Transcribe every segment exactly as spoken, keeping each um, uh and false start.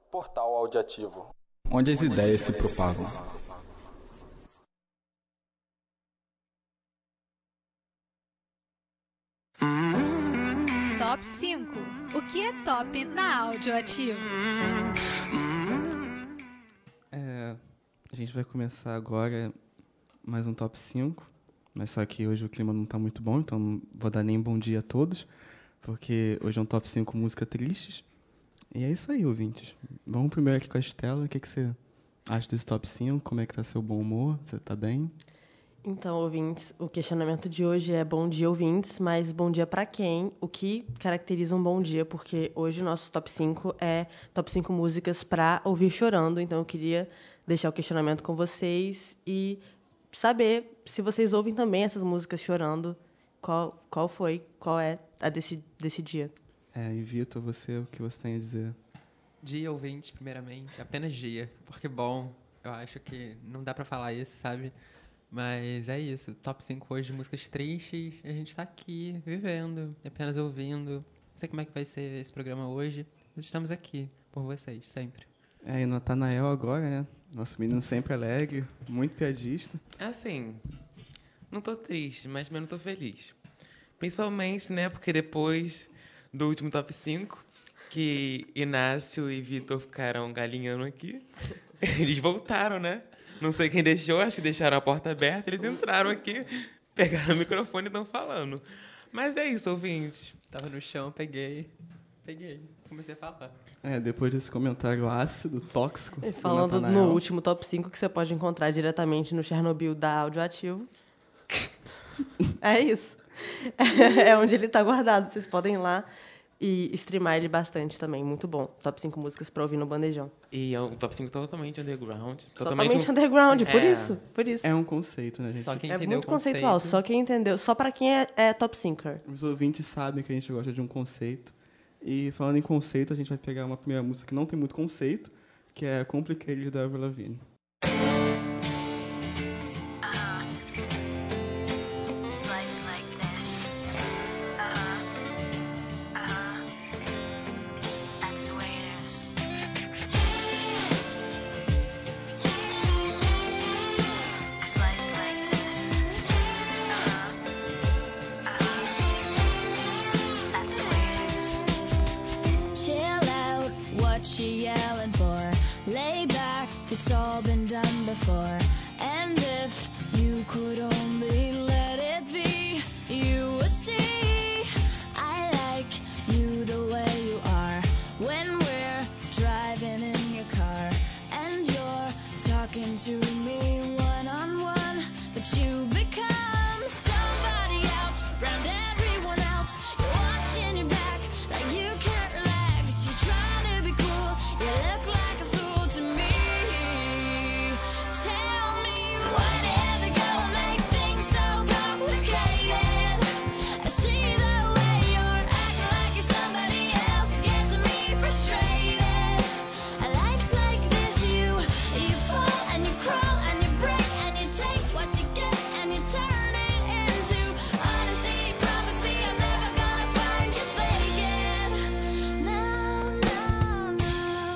Portal Audiativo, onde as ideias se propagam. Top cinco. O que é top na Audioativo? É, a gente vai começar agora mais um top cinco, mas só que hoje o clima não está muito bom, então não vou dar nem bom dia a todos, porque hoje é um top cinco música tristes. E é isso aí, ouvintes. Vamos primeiro aqui com a Estela. O que, que você acha desse top cinco? Como é que tá seu bom humor? Você tá bem? Então, ouvintes, o questionamento de hoje é bom dia, ouvintes, mas bom dia para quem? O que caracteriza um bom dia? Porque hoje o nosso top cinco é top cinco músicas para ouvir chorando. Então, eu queria deixar o questionamento com vocês e saber se vocês ouvem também essas músicas chorando. Qual, qual foi? Qual é a desse, desse dia? É, e Vitor, você, o que você tem a dizer? Dia, ouvinte, primeiramente. Apenas dia. Porque, bom, eu acho que não dá pra falar isso, sabe? Mas é isso. Top cinco hoje de músicas tristes. A gente tá aqui, vivendo, apenas ouvindo. Não sei como é que vai ser esse programa hoje. Mas estamos aqui, por vocês, sempre. É, e Natanael agora, né? Nosso menino sempre alegre, muito piadista. Assim, não tô triste, mas também não tô feliz. Principalmente, né, porque depois do último top cinco, que Inácio e Vitor ficaram galinhando aqui, eles voltaram, né? Não sei quem deixou, acho que deixaram a porta aberta, eles entraram aqui, pegaram o microfone e estão falando. Mas é isso, ouvintes. Tava no chão, peguei, peguei, comecei a falar. É, depois desse comentário ácido, tóxico. E falando no último top cinco, que você pode encontrar diretamente no Chernobyl da Audioativo. É isso. É onde ele está guardado. Vocês podem ir lá e streamar ele bastante também. Muito bom. Top cinco músicas para ouvir no bandejão. E é um top cinco totalmente underground. Totalmente, totalmente underground, por é. isso, por isso. É um conceito, né, gente? Só quem É entendeu muito o conceito. conceitual, só quem entendeu. Só para quem é, é top cinco. Os ouvintes sabem que a gente gosta de um conceito. E falando em conceito, a gente vai pegar uma primeira música que não tem muito conceito, que é Complicated, da Avril Lavigne. She yelling for, lay back, it's all been done before. And if you could only let it be, you would see I like you the way you are. When we're driving in your car and you're talking to me one-on-one, but you become somebody else round everyone else. You're watching your back like you can't relax. You're trying to be cool, you look like a fool to me. Tell me what had to go and make things so complicated. I see the way you're acting like you're somebody else, gets me frustrated. Life's like this, you you fall and you crawl and you break and you take what you get and you turn it into honesty. Promise me I'm never gonna find you faking. No, no, no.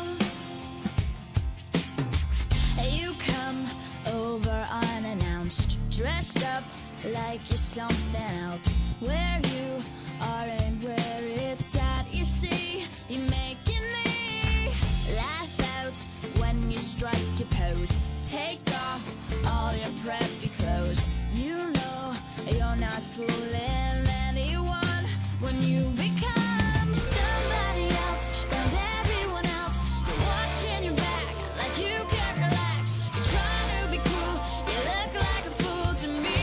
You come over unannounced, dressed up like you're something else. Where you are and where it's at, you see, you're making me laugh out when you strike your pose. Take off all your preppy clothes. You know you're not fooling anyone when you become somebody else and everyone else. You're watching your back like you can't relax. You're trying to be cool, you look like a fool to me.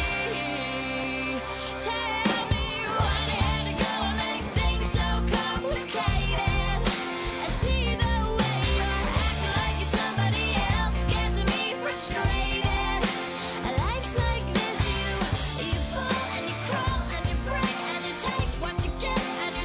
Tell me what had to go and make things so complicated. I see the way you're acting like you're somebody else, gets me frustrated. Life's like this, you you fall and you crawl and you break and you take what you get and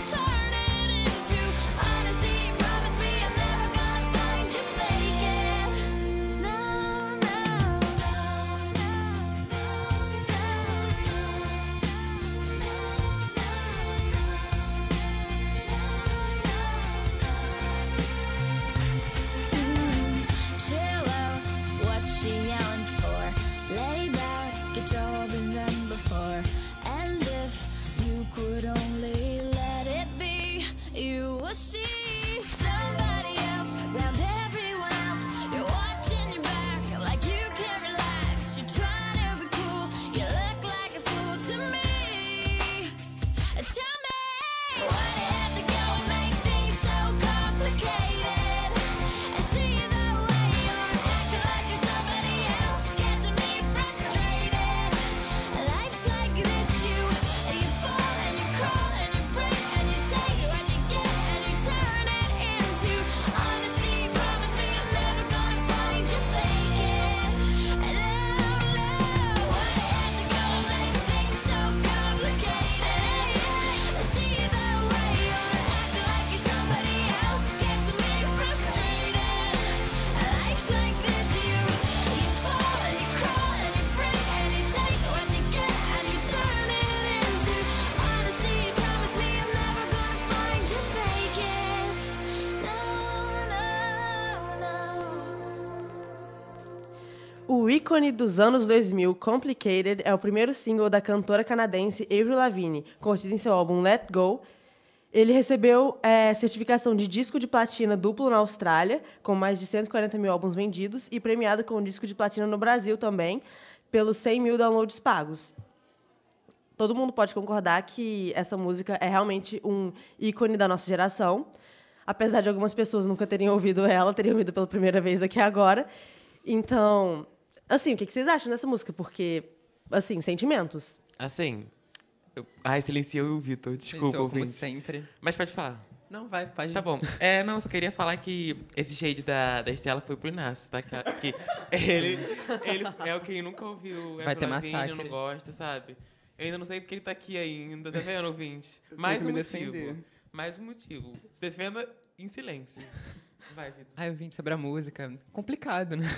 wanna see somebody else round everyone else. You're watching your back like you can't relax. You're trying to be cool, you look like a fool to me. Tell me, why do you have to go and make things so complicated? And see the way you're acting like you're somebody else gets me frustrated. Life's like this, you you fall and you crawl and you break and you take what you get and you turn it into honesty. Promise me I'm never gonna find you faking. And oh no, why do you have to go and make things so complicated? See the way you're acting like you're somebody else gets me frustrated. Life's like this, you you fall and you crawl and you break and you take what you get and you turn it into honesty. Promise me I'm never gonna find you faking. No, no, no. O ícone dos anos dois mil, Complicated, é o primeiro single da cantora canadense Avril Lavigne, contido em seu álbum Let Go. Ele recebeu é, certificação de disco de platina duplo na Austrália, com mais de cento e quarenta mil álbuns vendidos, e premiado com disco de platina no Brasil também, pelos cem mil downloads pagos. Todo mundo pode concordar que essa música é realmente um ícone da nossa geração. Apesar de algumas pessoas nunca terem ouvido ela, teriam ouvido pela primeira vez aqui agora. Então, assim, o que vocês acham dessa música? Porque, assim, sentimentos. Assim, eu... ai, silenciei o Vitor, desculpa, Pensou, como ouvinte. sempre. Mas pode falar. Não, vai, pode. Tá bom. É, não, eu só queria falar que esse shade da, da Estela foi pro Inácio, tá? Que, que ele, ele é o que nunca ouviu. Vai ter Lavigne, massacre. não gosta, sabe? Eu ainda não sei porque ele tá aqui ainda, tá vendo, ouvinte? Mais que um me motivo. defender. Mais um motivo. Se defenda em silêncio. Vai, Vitor. Ah, eu vim sobre a música. Complicado, né?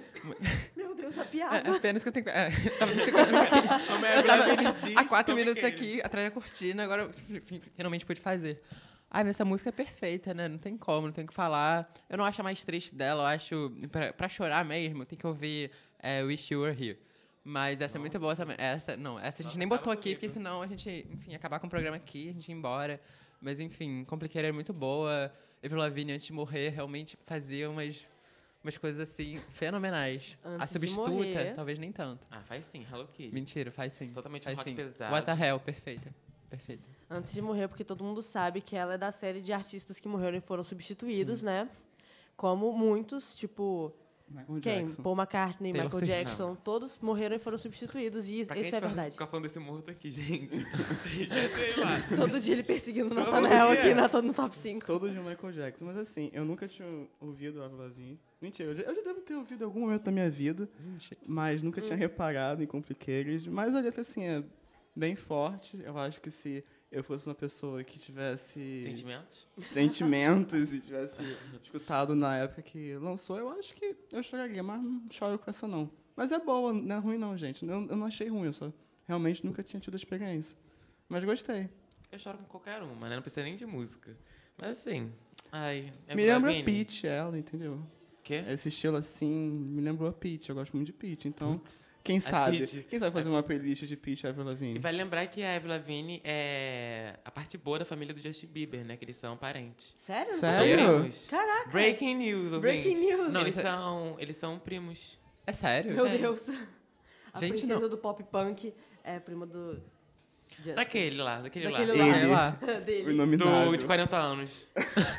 Meu Deus, a É, piada. apenas que eu tenho que... É, eu tava nesse quadro aqui. Eu tava há quatro como minutos que é aqui, atrás da cortina, agora eu fi- finalmente pude fazer. Ai, mas essa música é perfeita, né? Não tem como, não tem o que falar. Eu não acho a mais triste dela, eu acho... Pra, pra chorar mesmo, tem que ouvir é, Wish You Were Here. Mas essa é muito boa também. Essa, não, essa a gente nem botou aqui, porque senão a gente, enfim, ia acabar com o programa aqui, a gente ia embora. Mas, enfim, Complicated é muito boa. Avril Lavigne, antes de morrer, realmente fazia umas, umas coisas, assim, fenomenais. Antes a de Substituta, morrer. talvez nem tanto. Ah, faz sim, Hello Kitty. Mentira, faz sim. Totalmente faz rock sim. pesado. What the Hell, perfeita. Perfeita. Antes de morrer, porque todo mundo sabe que ela é da série de artistas que morreram e foram substituídos, né? Como muitos, tipo... Michael Quem? Jackson. Paul McCartney, Taylor Michael Swift. Jackson, todos morreram e foram substituídos, e isso, Pra que isso a é gente vai verdade. ficar falando desse morto aqui, gente? Já sei lá. Todo dia ele perseguindo o Todo Nathanael dia. aqui na, no top cinco. Todos de Michael Jackson. Mas assim, eu nunca tinha ouvido a Avril Lavigne. Mentira, eu já, eu já devo ter ouvido em algum momento da minha vida, mas nunca tinha reparado em Complicated. Mas a letra, assim, é bem forte. Eu acho que se eu fosse uma pessoa que tivesse Sentimentos? sentimentos e tivesse escutado na época que lançou, eu acho que eu choraria, mas não choro com essa não. Mas é boa, não é ruim não, gente. Eu, eu não achei ruim, eu só realmente nunca tinha tido a experiência. Mas gostei. Eu choro com qualquer uma, né? Não precisa nem de música. Mas assim, ai... é Me lembra Lavigne. Peach, ela, entendeu? Quê? Esse estilo assim, me lembrou a Peach. Eu gosto muito de Peach, então... Putz. Quem sabe? Peach. Quem sabe fazer uma playlist de Peach e Avril E Lavigne? vale lembrar que a Avril Lavigne é a parte boa da família do Justin Bieber, né? Que eles são parentes. Sério? Não Sério? sabia. Primos. Caraca! Breaking news, Breaking ouvinte. news. Não, isso eles é- são, eles são primos. É sério? Meu Sério. Deus. A Gente, princesa não. do pop punk é prima do... Justin. Daquele lá, daquele, Daquele lá. lá. Ele lá. Dele. O inominável. Do, de quarenta anos.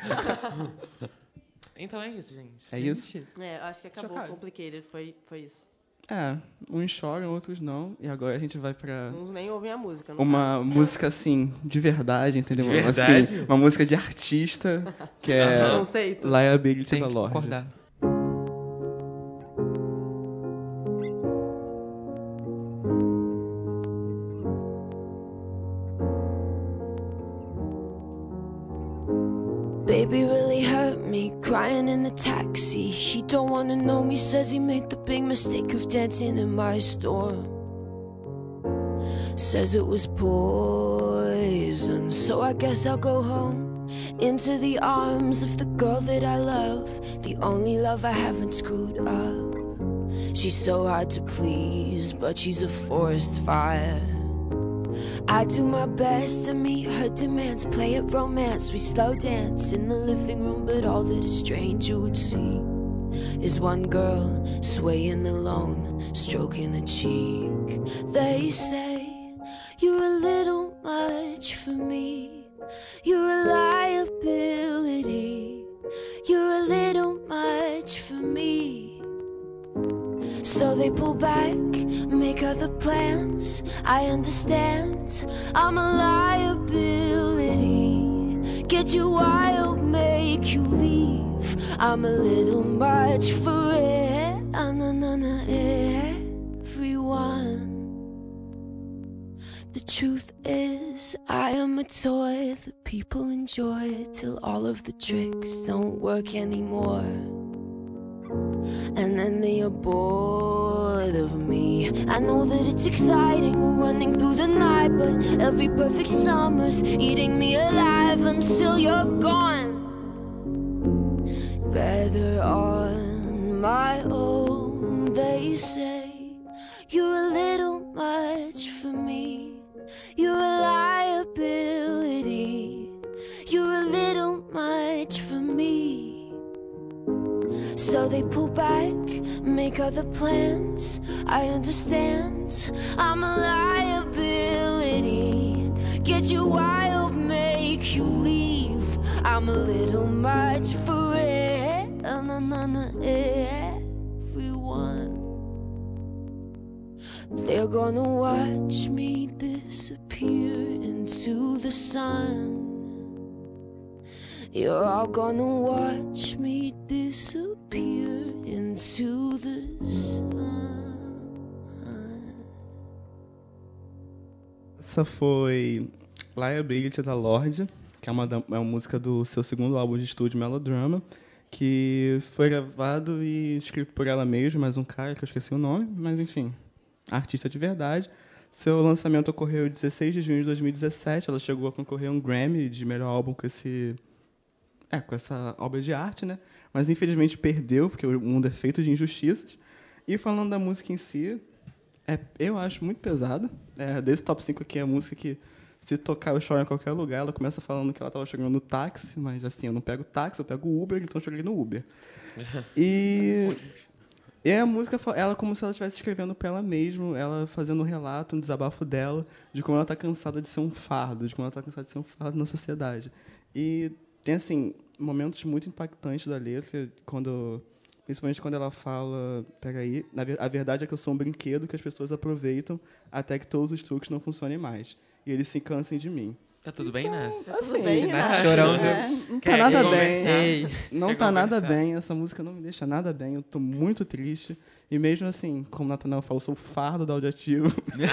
Então é isso, gente. É isso? Gente, É, eu acho que acabou Chocado. Complicated, foi, foi isso. É, uns choram, outros não. E agora a gente vai pra Uns nem ouvem a música. no uma música, assim, de verdade, entendeu? De verdade? Assim, uma música de artista, que é caso. Conceito. Liability tem da que Lorde. concordar. Baby really hurt me, crying in the taxi. He don't wanna know me, says he made the big mistake of dancing in my store. Says it was poison, so I guess I'll go home into the arms of the girl that I love, the only love I haven't screwed up. She's so hard to please, but she's a forest fire. I do my best to meet her demands, play at romance, we slow dance in the living room, but all that a stranger would see is one girl swaying alone, stroking a cheek. They say you're a little much for me, you're a liability, you're a little much for me. So they pull back, make other plans. I understand, I'm a liability. Get you wild, make you leave. I'm a little much for it. Uh, na, na, na, everyone. The truth is, I am a toy that people enjoy till all of the tricks don't work anymore. And then they are bored of me. I know that it's exciting, we're running through the night, but every perfect summer's eating me alive until you're gone. Better on my own, they say. You're a little much for me, you're a liability, you're a little much for me. So they pull back, make other plans. I understand, I'm a liability. Get you wild, make you leave. I'm a little much for it. Na, na, na, na, everyone. They're gonna watch me disappear into the sun. You're all gonna watch me disappear into the sun. Essa foi Liability da Lorde, que é uma, da- é uma música do seu segundo álbum de estúdio, Melodrama, que foi gravado e escrito por ela mesma, mais um cara que eu esqueci o nome, mas enfim, artista de verdade. Seu lançamento ocorreu em dezesseis de junho de dois mil e dezessete, ela chegou a concorrer a um Grammy de melhor álbum com esse... É, com essa obra de arte, né? Mas infelizmente perdeu, porque o mundo é feito de injustiças. E falando da música em si, é, eu acho muito pesada. É, desse top cinco aqui é a música que, se tocar, eu choro em qualquer lugar. Ela começa falando que ela estava chorando no táxi, mas assim, eu não pego táxi, eu pego Uber, então eu chorei no Uber. E... E a música, ela como se ela estivesse escrevendo para ela mesma, ela fazendo um relato, um desabafo dela, de como ela está cansada de ser um fardo, de como ela está cansada de ser um fardo na sociedade. E tem, assim, momentos muito impactantes da letra, quando, principalmente quando ela fala, peraí, na ver- a verdade é que eu sou um brinquedo que as pessoas aproveitam até que todos os truques não funcionem mais. E eles se cansem de mim. Tá tudo bem, Nas? Assim, bem, Nasce Inácio? chorando. É. não tá Quer nada conversar? bem. Ei, Não Quer tá nada conversar? bem, essa música não me deixa nada bem, eu tô muito triste. E mesmo assim, como o Nathanael falou, eu sou o fardo da Audioativo.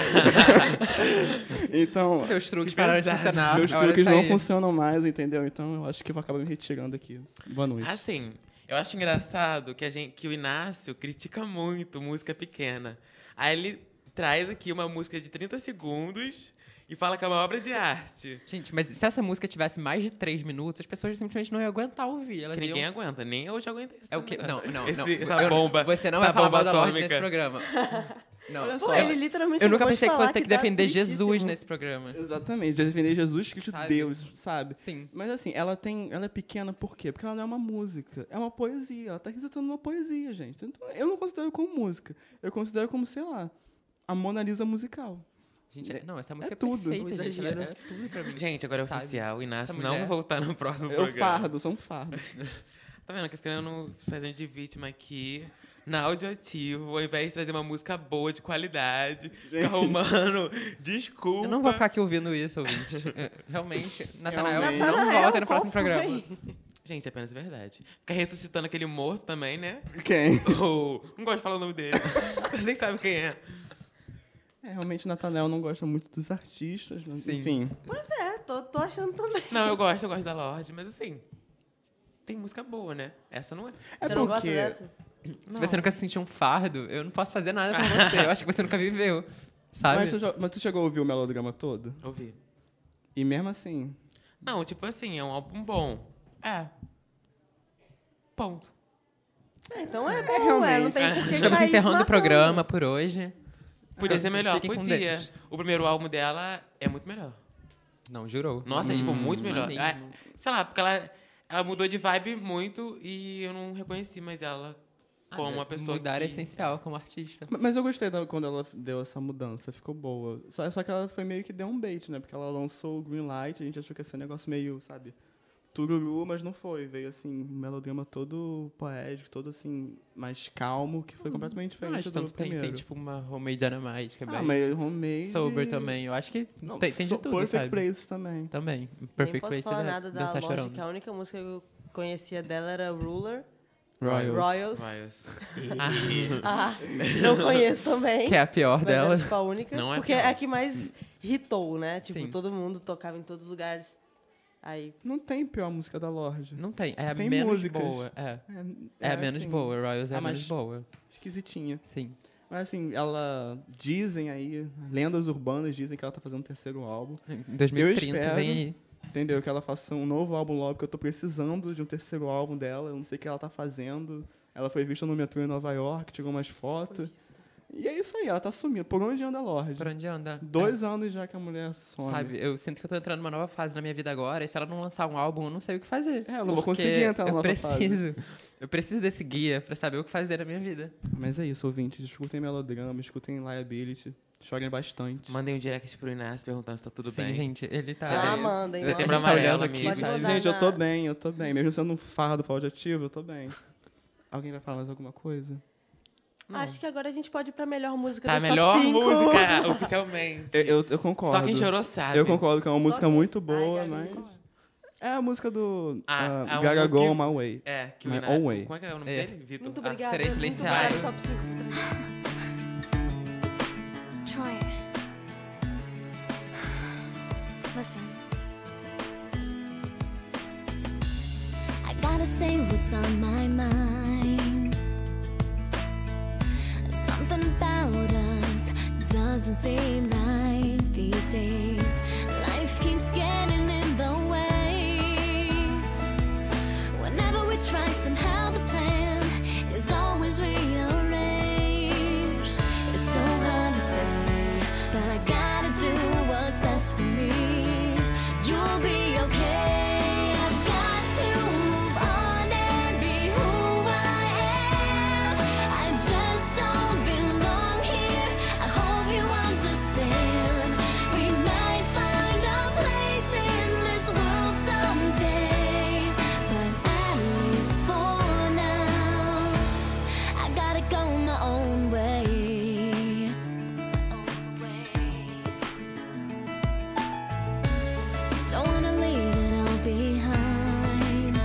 Então, seus truques Que pararam de pesado. funcionar. meus é hora de truques não sair. funcionam mais, entendeu? Então eu acho que eu vou acabar me retirando aqui. Boa noite. Assim, eu acho engraçado que, a gente, que o Inácio critica muito música pequena. Aí ele traz aqui uma música de trinta segundos e fala que é uma obra de arte. Gente, mas se essa música tivesse mais de três minutos, as pessoas simplesmente não iam aguentar ouvir. Elas Que ninguém iam... aguenta, nem eu já aguentei isso. É o quê? Não, não, Esse- não. Essa Eu- bomba. Você não essa vai falar bomba mal da Lorde atômica. nesse programa. Não. Olha Pô, só. ele literalmente Eu nunca acabou de pensei que falar fosse ter que tá defender tristíssimo. Jesus nesse programa. Exatamente, de defender Jesus Cristo Sabe? Deus, sabe? Sim. Mas assim, ela tem, ela é pequena por quê? Porque ela não é uma música, é uma poesia. Ela tá recitando uma poesia, gente. Então, eu não considero como música. Eu considero como, sei lá, a Mona Lisa musical. Gente, é- não, essa música é, tudo. perfeita, Um gente. Ela exagero. é tudo pra mim. Gente, agora é Sabe? oficial. O Inácio Essa não mulher- vai voltar no próximo Eu programa. fardo, sou um fardo. Tá vendo? Que ficando fazendo de vítima aqui. Na Audioativo, ao invés de trazer uma música boa, de qualidade, fica arrumando desculpa. Eu não vou ficar aqui ouvindo isso, ouvinte. É, Realmente, Natanael Realmente. não Natanael, volta no qual próximo programa. foi? Gente, é apenas verdade. Fica ressuscitando aquele moço também, né? Quem? O... Não gosto de falar o nome dele. Vocês nem sabem quem é. É, realmente, Nathanael não gosta muito dos artistas, mas Sim. enfim. Pois é, tô, tô achando também. Não, eu gosto, eu gosto da Lorde, mas assim... Tem música boa, né? Essa não é. É Você não gosta porque... dessa? Se você nunca se sentiu um fardo, eu não posso fazer nada pra você. Eu acho que você nunca viveu, sabe? Mas tu, já- mas tu chegou a ouvir o melodrama todo? Ouvi. E mesmo assim... Não, tipo assim, é um álbum bom. É. Ponto. É, então é bom, realmente. é, não tem por que Estamos cair encerrando o matando. programa por hoje. Podia ser melhor, Fiquem com podia. Deus. O primeiro álbum dela é muito melhor. Não, jurou. Nossa, é tipo muito Hum, melhor. mesmo. Ah, sei lá, porque ela, ela mudou de vibe muito e eu não reconheci mais ela como uma pessoa Mudar que... é essencial como artista. Mas eu gostei da, quando ela deu essa mudança, ficou boa. Só, só que ela foi meio que deu um bait, né? Porque ela lançou o Greenlight, a gente achou que ia ser um negócio meio, sabe, tururu, mas não foi. Veio, assim, um melodrama todo poético, todo, assim, mais calmo, que foi completamente diferente Acho do tanto tem, primeiro. tem tipo uma Homemade Dynamite, que é ah, bem mas homemade... sober também. Eu acho que Não, tem, tem de so- tudo, Perfect sabe? Places também. Também. Nem Perfect posso Places falar é nada da Deus Tá Logic, Chorando. a única música que eu conhecia dela era Ruler. Royals. Royals. Royals. Ah, não conheço também. Que é a pior mas dela. é tipo a única. Não é porque pior. é a que mais hitou, né? Tipo, Sim. todo mundo tocava em todos os lugares. Aí, Não tem pior música da Lorde. Não tem. É a Tem menos músicas. boa. É, É, é a menos assim, boa. Royals é a a menos mais- boa. esquisitinha. Sim. Mas assim, ela... Dizem aí, lendas urbanas dizem que ela tá fazendo um terceiro álbum. Em dois mil e trinta espero- vem aí. Entendeu? Que ela faça um novo álbum logo, porque eu tô precisando de um terceiro álbum dela. Eu não sei o que ela tá fazendo. Ela foi vista no metrô em Nova York, tirou umas fotos. E é isso aí, ela tá sumindo. Por onde anda a Lorde? Por onde anda? Dois anos já que a mulher some. Sabe, eu sinto que eu tô entrando numa nova fase na minha vida agora, e se ela não lançar um álbum, eu não sei o que fazer. É, eu não vou Porque conseguir entrar na eu nova preciso, Eu preciso desse guia pra saber o que fazer na minha vida. Mas é isso, ouvintes. Escutem melodrama, escutem liability. Chorem bastante. Mandei um direct pro Inácio perguntando se tá tudo Sim, bem. gente, ele tá... ah, mandem. Setembro A gente tá Amarelo, olhando aqui, amigo. Pode sabe? mandar. Gente, eu tô na- bem, eu tô bem. Mesmo sendo um fardo pra auditivo, eu tô bem. Alguém vai falar mais alguma coisa? Acho que agora a gente pode ir pra melhor música Tá, do melhor top cinco. música, oficialmente. Eu, eu, eu concordo. Só quem chorou sabe. Eu concordo que é uma Só música quem- muito Ai, boa, Gaga, mas... você concorda? É a música do Ah, uh, é uma Gotta música Go que- On My Way. É, que o Mas Inácio... On Way. Como é que é o nome É. dele? Vitor? Muito Ah, obrigada. serei Muito silenciado. obrigada, top cinco. Troy. Listen. I gotta say what's on my mind. Something about us doesn't seem right these days. Life keeps getting in the way. Whenever we try, somehow the plan is always rearranged. It's so hard to say, but I gotta do what's best for me. You'll be okay. I've got to move on and be who I am. I just don't belong here. I hope you understand. We might find a place in this world someday, but at least for now, I gotta go my own way. Don't wanna leave it all behind,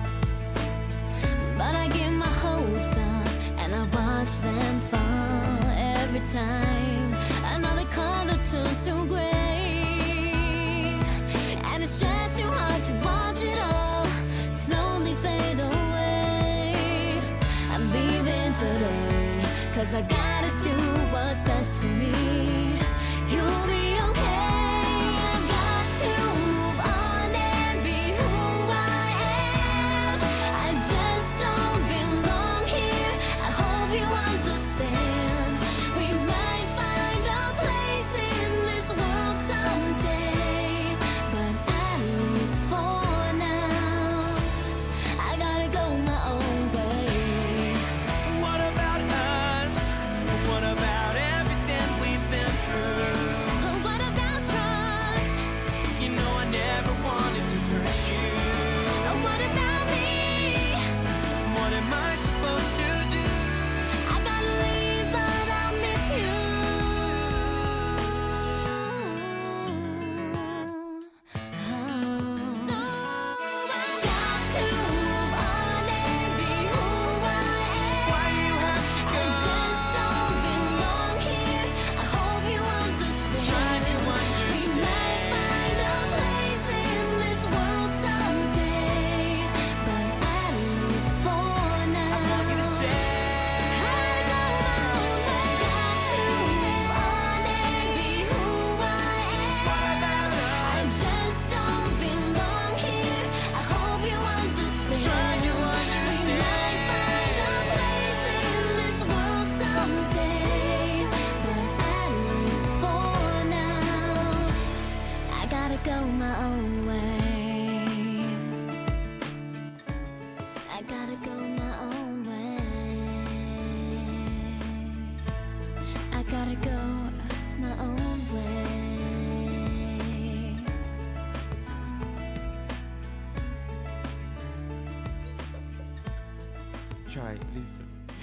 but I get my hopes up and I watch them fall every time another color turns to gray, and it's just too hard to watch it all slowly fade away. I'm leaving today, cause I gotta do what's best for me. You'll be okay. I've got to move on and be who I am. I just don't belong here. I hope you understand. We might find a place in this world someday, but at least for now, I gotta go my own way. What about us? gotta go my own way. Joy, please.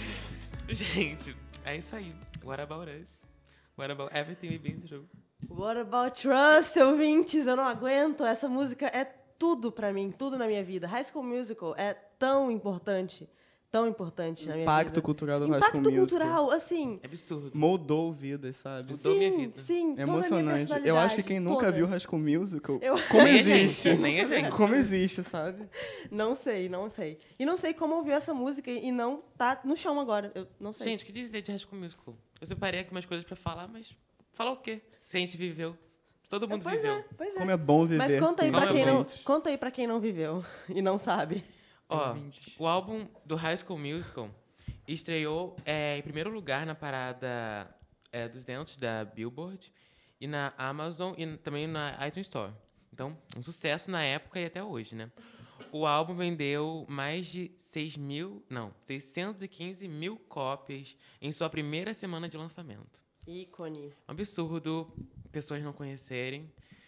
Gente, é isso aí. What about us? What about everything we've been through? What About Trust, ouvintes? Eu não aguento. Essa música é tudo pra mim, tudo na minha vida. High School Musical é tão importante, tão importante na minha vida. Impacto cultural do High School Impacto Musical. cultural, assim... É absurdo. Moldou vidas, sabe? Mudou minha sim, vida. sim, É toda a minha emocionante. Eu acho que quem nunca personalidade, viu toda. High School Musical, Eu- como Nem a existe? gente, nem a gente. Como existe, sabe? Não sei, não sei. E não sei como ouvir essa música e não tá no chão agora. Eu não sei. Gente, o que dizer de High School Musical? Eu separei aqui umas coisas pra falar, mas falar o quê? Se a gente viveu. Todo mundo pois viveu. é, pois é. Como é bom viver. Mas conta aí, com pra Como é quem não, bom. conta aí pra quem não viveu e não sabe. Ó, o álbum do High School Musical estreou é, em primeiro lugar na parada é, duzentos da Billboard e na Amazon e também na iTunes Store. Então, um sucesso na época e até hoje, né? O álbum vendeu mais de seis mil, não, seiscentos e quinze mil cópias em sua primeira semana de lançamento. Ícone. Um absurdo pessoas não conhecerem.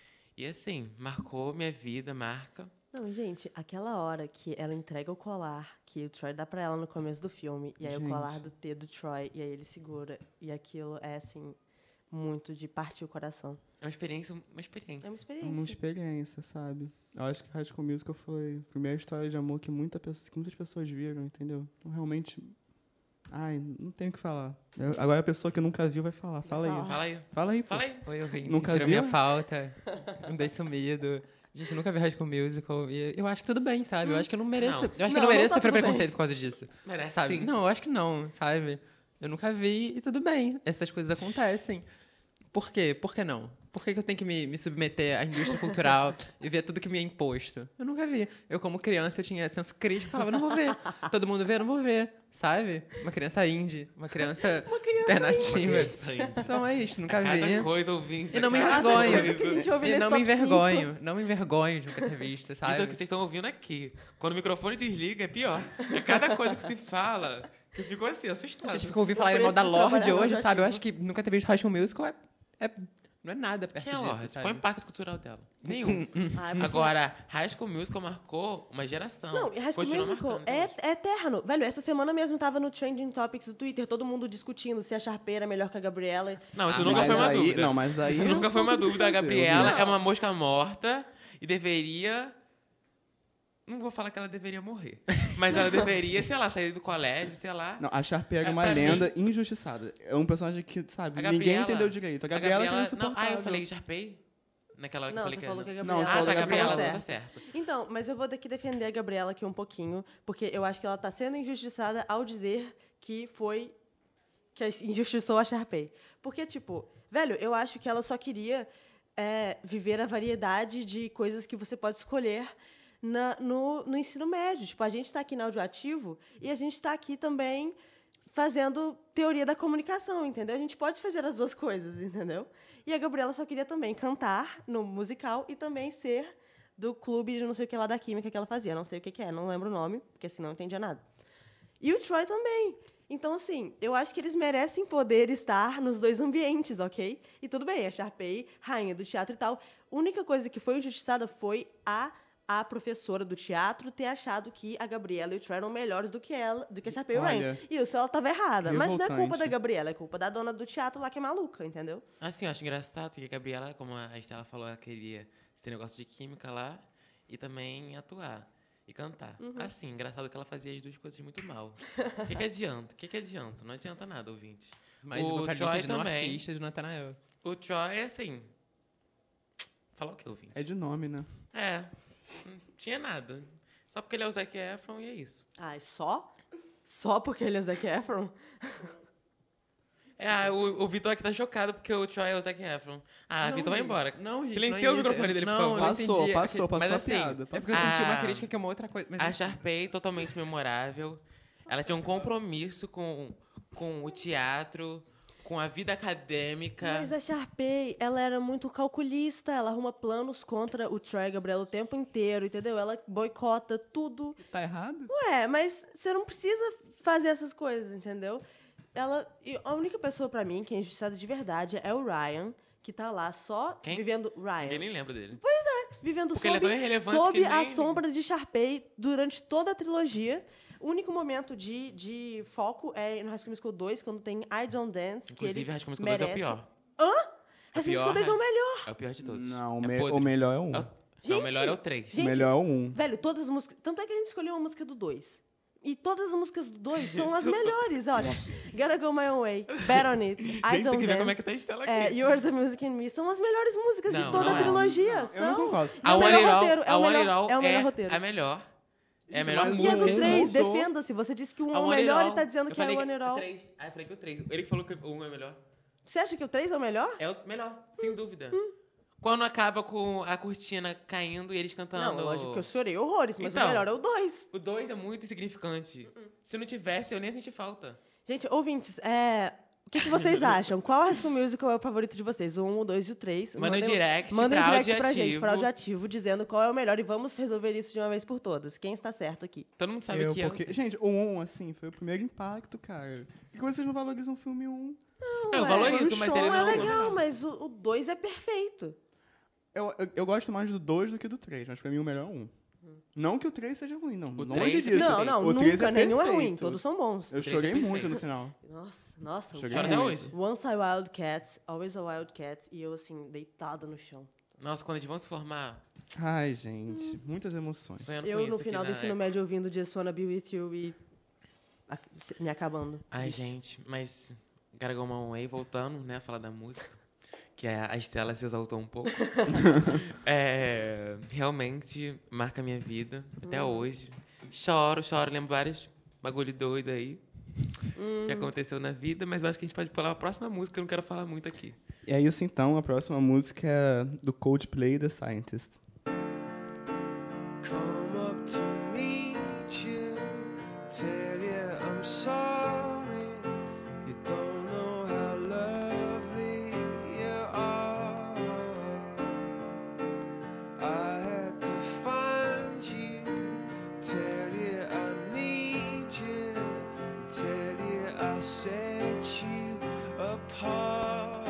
E assim, marcou minha vida, marca. Não, gente, aquela hora que ela entrega o colar, que o Troy dá pra ela no começo do filme, e aí Gente. o colar do T do Troy, e aí ele segura, e aquilo é, assim, muito de partir o coração. É uma experiência, uma experiência. É uma É experiência. uma experiência, sabe? Eu acho que High School Musical foi a primeira história de amor que, muita, pe- que muitas pessoas viram, entendeu? Então, realmente... Ai, não tenho o que falar. Eu- agora a pessoa que nunca viu vai falar. Fala aí. Fala aí. Fala aí, pô. Fala aí. Oi, ouvinte. Nunca Sentiram viu? minha falta. Andei sumido. Gente, eu nunca vi High School Musical. E eu acho que tudo bem, sabe? Eu acho que eu não mereço. Não. Eu acho que Não, eu não mereço não tá sofrer tudo bem. preconceito por causa disso. Merece Sabe? sim. Não, eu acho que não, sabe? Eu nunca vi e tudo bem. Essas coisas acontecem. Por quê? Por que não? Por que, que eu tenho que me, me submeter à indústria cultural e ver tudo que me é imposto? Eu nunca vi. Eu, como criança, eu tinha senso crítico e falava, não vou ver. Todo mundo vê, não vou ver. Sabe? Uma criança indie, uma criança, alternativa. Então é isso, nunca Cada vi. coisa ouvindo. E não me cada envergonho. coisa. que a gente ouve E nesse não me top cinco. envergonho. Não me envergonho de nunca ter visto, sabe? Isso é o que vocês estão ouvindo aqui. Quando o microfone desliga, é pior. É cada coisa que se fala que eu fico assim, assustado. A gente fica ouvindo falar mal preço da de Lorde trabalhar hoje, no sabe? Eu ativo. acho que nunca ter visto High School Musical é, é, não é nada perto Quem é a disso, Lorde? sabe? Qual é o impacto cultural dela? Nenhum. Ah, é porque- Agora, High School Musical marcou uma geração. Não, e High School Continua Musical marcando é, até hoje. é eterno. Velho, essa semana mesmo tava no Trending Topics do Twitter, todo mundo discutindo se a Sharpay era melhor que a Gabriela. Não, isso Ah, nunca mas foi uma aí- dúvida. não, mas aí Isso não nunca foi uma tem o que dúvida. A fazer, Gabriela ouvinte. é uma mosca morta e deveria... Não vou falar que ela deveria morrer. Mas ela deveria, sei lá, sair do colégio, sei lá. Não, a Sharpay era É, uma pra lenda injustiçada. É um personagem que, sabe, A ninguém Gabriela- entendeu direito. A Gabriela, que era não, insuportável. ah, eu falei Sharpay? Naquela hora que Não, eu falei você que falou que a era... Gabriela... Não, você Ah, falou tá, da Gabriela, falou tá certo. certo. Então, mas eu vou ter que defender a Gabriela aqui um pouquinho, porque eu acho que ela tá sendo injustiçada ao dizer que foi... que a- injustiçou a Sharpay. Porque, tipo, velho, eu acho que ela só queria é, viver a variedade de coisas que você pode escolher na- no, no ensino médio. Tipo, a gente está aqui na Audioativo e a gente está aqui também fazendo teoria da comunicação, entendeu? A gente pode fazer as duas coisas, entendeu? E a Gabriela só queria também cantar no musical e também ser do clube de não sei o que lá da química que ela fazia. Não sei o que, que é, não lembro o nome, porque assim não entendia nada. E o Troy também. Então, assim, eu acho que eles merecem poder estar nos dois ambientes, ok? E tudo bem, a Sharpay, rainha do teatro e tal. A única coisa que foi injustiçada foi a, a professora do teatro ter achado que a Gabriela e o Troy eram melhores do que ela, do que a Sharpay e o Olha, Ryan. E isso ela estava errada. Mas não é culpa revoltante. da Gabriela, é culpa da dona do teatro lá que é maluca, entendeu? Assim, eu acho engraçado que a Gabriela, como a Estela falou, ela queria esse negócio de química lá e também atuar e cantar. Uhum. Assim, engraçado que ela fazia as duas coisas muito mal. O que, que adianta? O que, que adianta? Não adianta nada, ouvinte. Mas o uma pra Troy lista de não também. artista do Nathanael. O Troy, assim... Falar o que, ouvinte? É de nome, né? É, não tinha nada. Só porque ele é o Zac Efron e é isso. Ai, só? Só porque ele é o Zac Efron? É, ah, o, o Vitor aqui tá chocado porque o Troy é o Zac Efron. Ah, Não, Vitor vai gente. embora. Não, gente, Silencia não é o isso. microfone dele, por Não, favor. eu não Passou, entendi. passou, passou Mas a assim, piada. É porque Passou. eu senti uma Ah, crítica que é uma outra coisa. Mas A Sharpay, totalmente memorável. Ela tinha um compromisso com, com o teatro, com a vida acadêmica. Mas a Sharpay, ela era muito calculista, ela arruma planos contra o Troy e a Gabriela o tempo inteiro, entendeu? Ela boicota tudo. Tá errado? Ué, mas você não precisa fazer essas coisas, entendeu? ela... e a única pessoa pra mim que é injustiçada de verdade é o Ryan, que tá lá só Quem? vivendo... Ryan. Ninguém nem lembra dele. Vivendo Porque ele é sob, tão irrelevante sob que a nem- sombra de Sharpay durante toda a trilogia. O único momento de, de foco é no High School Musical dois, quando tem I Don't Dance, que Inclusive, ele High School Musical dois é o merece. pior. Hã? É o High School Musical pior, dois é o né? melhor. É o pior de todos. Não, o, é me- podre. o melhor é um. É o... Não, o melhor é o três. O Gente, melhor é o um. Velho, todas as músicas... Tanto é que a gente escolheu uma música do dois. E todas as músicas do dois são as Isso. melhores, olha. Gotta Go My Own Way, Bet On It, I Gente, Don't tem que ver Dance, como é que tá a Estela aqui. é, You're the Music in Me. São as melhores músicas Não, de toda não a é. trilogia. Eu não são. concordo. É A o One melhor It All, roteiro. É a o One melhor, It All é o melhor é roteiro. a melhor. É a melhor Mas E a música. do Quem três, mudou? defenda-se. Você disse que o um A é o One It melhor All, e tá dizendo eu que é falei o One It All. três. Ah, eu falei que o três. Ele que falou que o um é melhor. Você acha que o três é o melhor? É o melhor, sem dúvida. Quando acaba com a cortina caindo e eles cantando... Não, lógico que eu chorei horrores, mas Então. o melhor é o dois. O dois é muito insignificante. Se não tivesse, eu nem senti falta. Gente, ouvintes, é... o que, que vocês acham? Qual High School Musical é o favorito de vocês? O um, o dois e o três? Manda um direct Manda um pra direct pra Audioativo. gente, pra Audioativo, dizendo qual é o melhor. E vamos resolver isso de uma vez por todas. Quem está certo aqui? Todo mundo sabe Eu, que é... porque, gente, o um, assim, foi o primeiro impacto, cara. Por que vocês não valorizam o filme um? Não, eu Ué, valorizo, o mas show ele não... é legal, mas o dois é perfeito. Eu, eu, eu gosto mais do dois do que do três, mas pra mim o melhor é um. Não que o três seja ruim, não. O Longe três é disso. perfeito. Não, não, o três nunca. é Nenhum é perfeito. ruim. Todos são bons. Eu três é chorei perfeito. muito no final. Nossa, nossa. Joguei Chora até muito. hoje. Once I Wildcat, Always a Wildcat. E eu, assim, deitada no chão. Nossa, quando eles vão se formar, Ai, gente, muitas emoções. sonhando Eu, com isso no aqui final na do ensino época. médio, ouvindo Just Wanna Be With You e a- me acabando. Ai, gente, mas Gotta Go My Own Way, voltando, né, a falar da música, que a a Estela se exaltou um pouco. É, realmente marca a minha vida, até hoje. Choro, choro, lembro vários bagulho doido aí que aconteceu na vida, mas eu acho que a gente pode pular a próxima música, eu não quero falar muito aqui. E é isso então, a próxima música é do Coldplay, The Scientist. Come up to meet you, tell you I'm sorry. You don't know how lovely you are. I had to find you, tell you I need you, tell you I set you apart.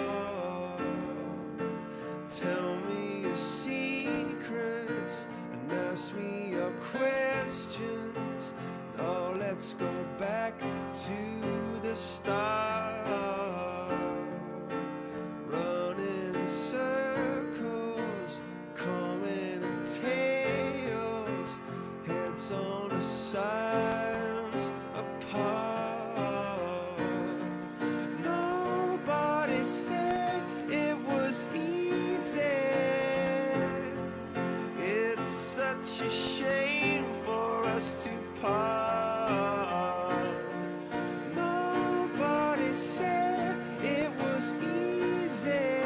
Tell me your secrets and ask me your questions. Now let's go back to the start. Running in circles, coming in tails, heads on the sides apart. Nobody said it was easy. It's such a shame for us to part. Nobody said it was easy.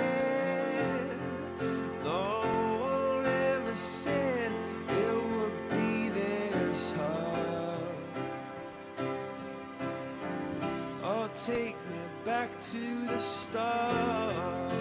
No one ever said it would be this hard. Oh, take me back to the start.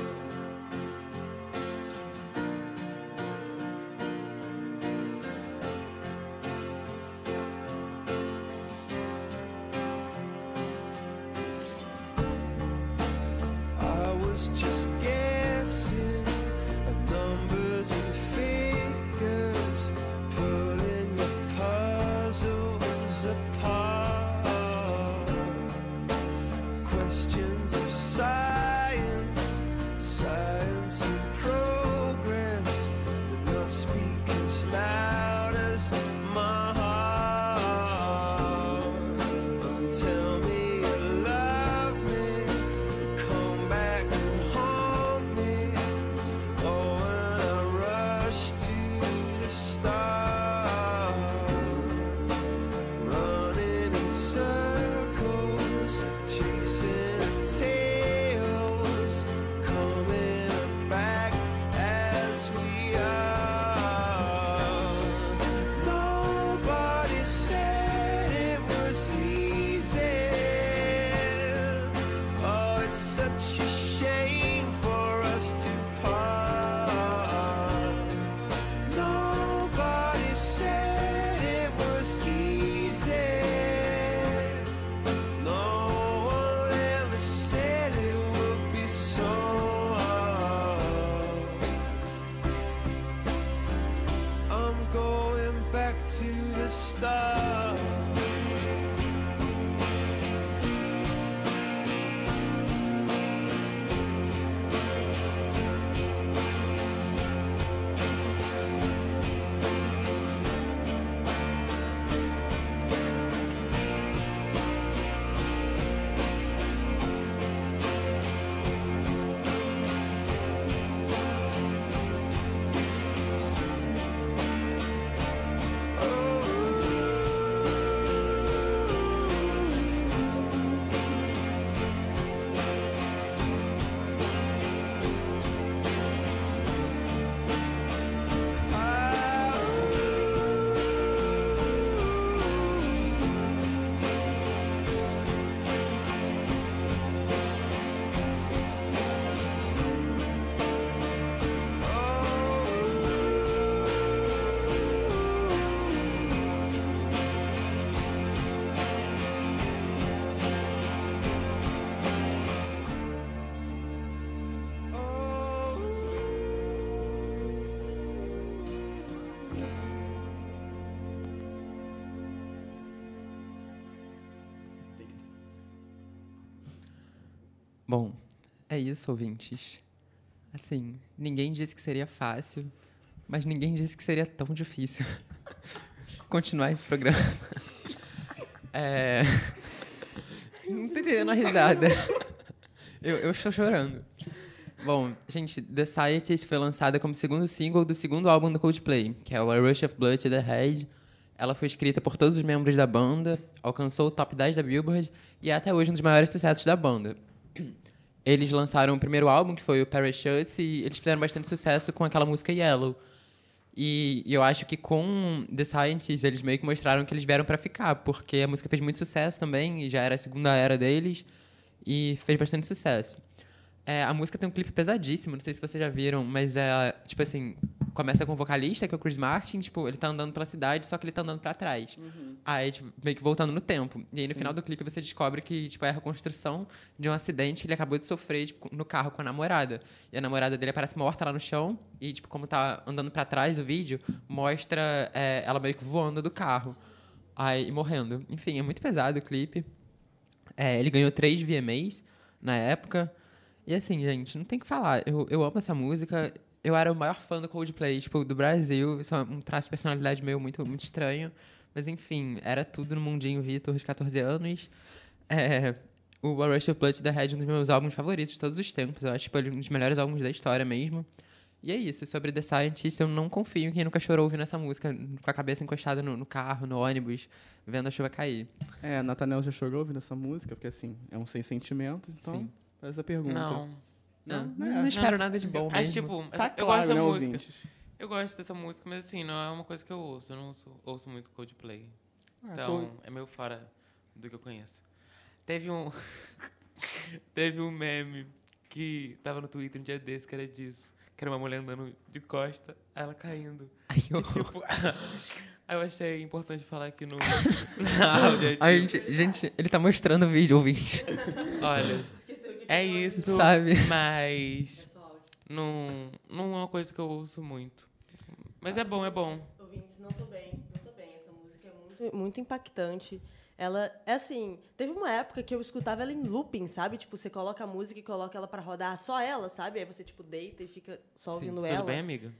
I was just guessing at numbers and figures, pulling the puzzles apart. Questions of science, science and progress did not speak as loud as my heart. Tell me you love me, come back and haunt me. Oh, when I rush to the start, running in circles, chasing tails, coming back as we are. Nobody said it was easy. Oh, it's such a shame for us to part. Nobody said it was easy. No one Bom, é isso, ouvintes. Assim, ninguém disse que seria fácil, mas ninguém disse que seria tão difícil continuar esse programa. É... Não tô entendendo a risada. Eu, eu estou chorando. Bom, gente, The Scientist foi lançada como segundo single do segundo álbum do Coldplay, que é o A Rush of Blood to the Head. Ela foi escrita por todos os membros da banda, alcançou o top dez da Billboard e é até hoje um dos maiores sucessos da banda. Eles lançaram o primeiro álbum, que foi o Parachutes, e eles fizeram bastante sucesso com aquela música Yellow. E, e eu acho que com The Scientist eles meio que mostraram que eles vieram pra ficar, porque a música fez muito sucesso também, e já era a segunda era deles, e fez bastante sucesso. É, a música tem um clipe pesadíssimo, não sei se vocês já viram, mas é, tipo assim, começa com o vocalista, que é o Chris Martin, tipo, ele tá andando pela cidade, só que ele tá andando pra trás. Uhum. Aí, tipo, meio que voltando no tempo. E aí, no Sim. final do clipe, você descobre que, tipo, é a reconstrução de um acidente que ele acabou de sofrer, tipo, no carro com a namorada. E a namorada dele aparece morta lá no chão, e, tipo, como tá andando pra trás o vídeo, mostra é, ela meio que voando do carro. Aí, e morrendo. Enfim, é muito pesado o clipe. É, ele ganhou três V M As na época. E assim, gente, não tem o que falar. Eu, eu amo essa música. Eu era o maior fã do Coldplay, tipo, do Brasil. Isso é um traço de personalidade meu muito, muito estranho. Mas, enfim, era tudo no mundinho Vitor, de catorze anos. É, o A Rush of Blood to the Head é um dos meus álbuns favoritos de todos os tempos. Eu acho, tipo, ele um dos melhores álbuns da história mesmo. E é isso. Sobre The Scientist, eu não confio em quem nunca chorou ouvindo essa música, com a cabeça encostada no, no carro, no ônibus, vendo a chuva cair. É, a Nathaniel já chorou ouvindo essa música, porque, assim, é um sem sentimentos, então... Sim. Faz essa pergunta. Não. Não, Não, não, não espero nada de bom Acho, mesmo. tipo, Tá eu claro, gosto da né, música. ouvintes? Eu gosto dessa música, mas assim, não é uma coisa que eu ouço. Eu não ouço, ouço muito Coldplay. Ah, Então, tô- é meio fora do que eu conheço. Teve um... Teve um meme que tava no Twitter um dia desse, que era disso. Que era uma mulher andando de costa, ela caindo. Ai, E, tipo... Aí eu achei importante falar aqui no... Na áudio. A tipo, gente, gente, ele tá mostrando o vídeo, ouvinte. olha, é isso, Sabe? mas não, não é uma coisa que eu ouço muito. Mas é bom, é bom. Ouvintes, não tô bem, não tô bem. Essa música é muito, muito impactante. Ela, é assim, teve uma época que eu escutava ela em looping, sabe? Tipo, você coloca a música e coloca ela pra rodar só ela, sabe? Aí você, tipo, deita e fica só ouvindo Tudo ela. bem, amiga?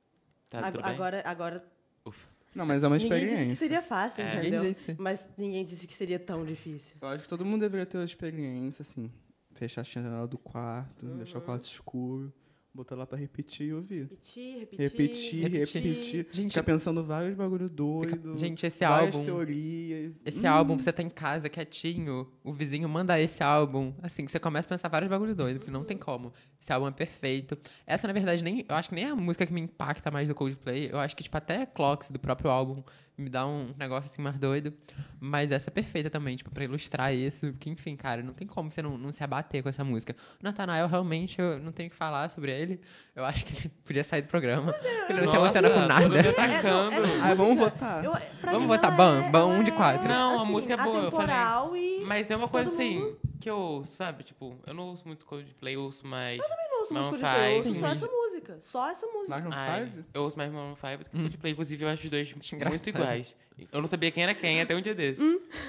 Tá Ag- tudo bem? agora, agora Ufa. Não, mas é uma ninguém experiência. disse que seria fácil, É. entendeu? Ninguém disse. Mas ninguém disse que seria tão difícil. Eu acho que todo mundo deveria ter uma experiência, assim. Fechar a janela do quarto, deixar o quarto escuro, botar lá pra repetir e ouvir. Repetir, repetir. Repetir, repetir. repetir. Gente- Ficar pensando vários bagulho doido. Fica- gente, esse várias álbum- teorias. Esse Hum, álbum, você tá em casa, quietinho, o vizinho manda esse álbum. Assim, você começa a pensar vários bagulho doido, porque não tem como. Esse álbum é perfeito. Essa, na verdade, nem, eu acho que nem é a música que me impacta mais do Coldplay. Eu acho que, tipo, até Clocks, do próprio álbum, me dá um negócio, assim, mais doido. Mas essa é perfeita também, tipo, pra ilustrar isso. Porque, enfim, cara, não tem como você não, não se abater com essa música. O Nathanael, realmente, eu não tenho o que falar sobre ele. Eu acho que ele podia sair do programa. Porque ele não se Nossa, emociona com nada. todo mundo atacando. É, não, essa Ah, vamos música, votar. eu- pra Vamos mim, votar ela Bam, é- Bam, ela um de é, quatro. Não, a assim, música é boa, eu falei. atemporal e... Mas tem uma coisa todo assim, mundo- que eu ouço, sabe? Tipo, eu não ouço muito Coldplay, eu ouço mais... Eu não ouço muito Maroon Coldplay, eu ouço five. só essa música. Só essa música. Maroon Ai, five? eu ouço mais Maroon five do que Coldplay. Inclusive, eu acho os dois muito engraçado. iguais. Eu não sabia quem era quem até um dia desse.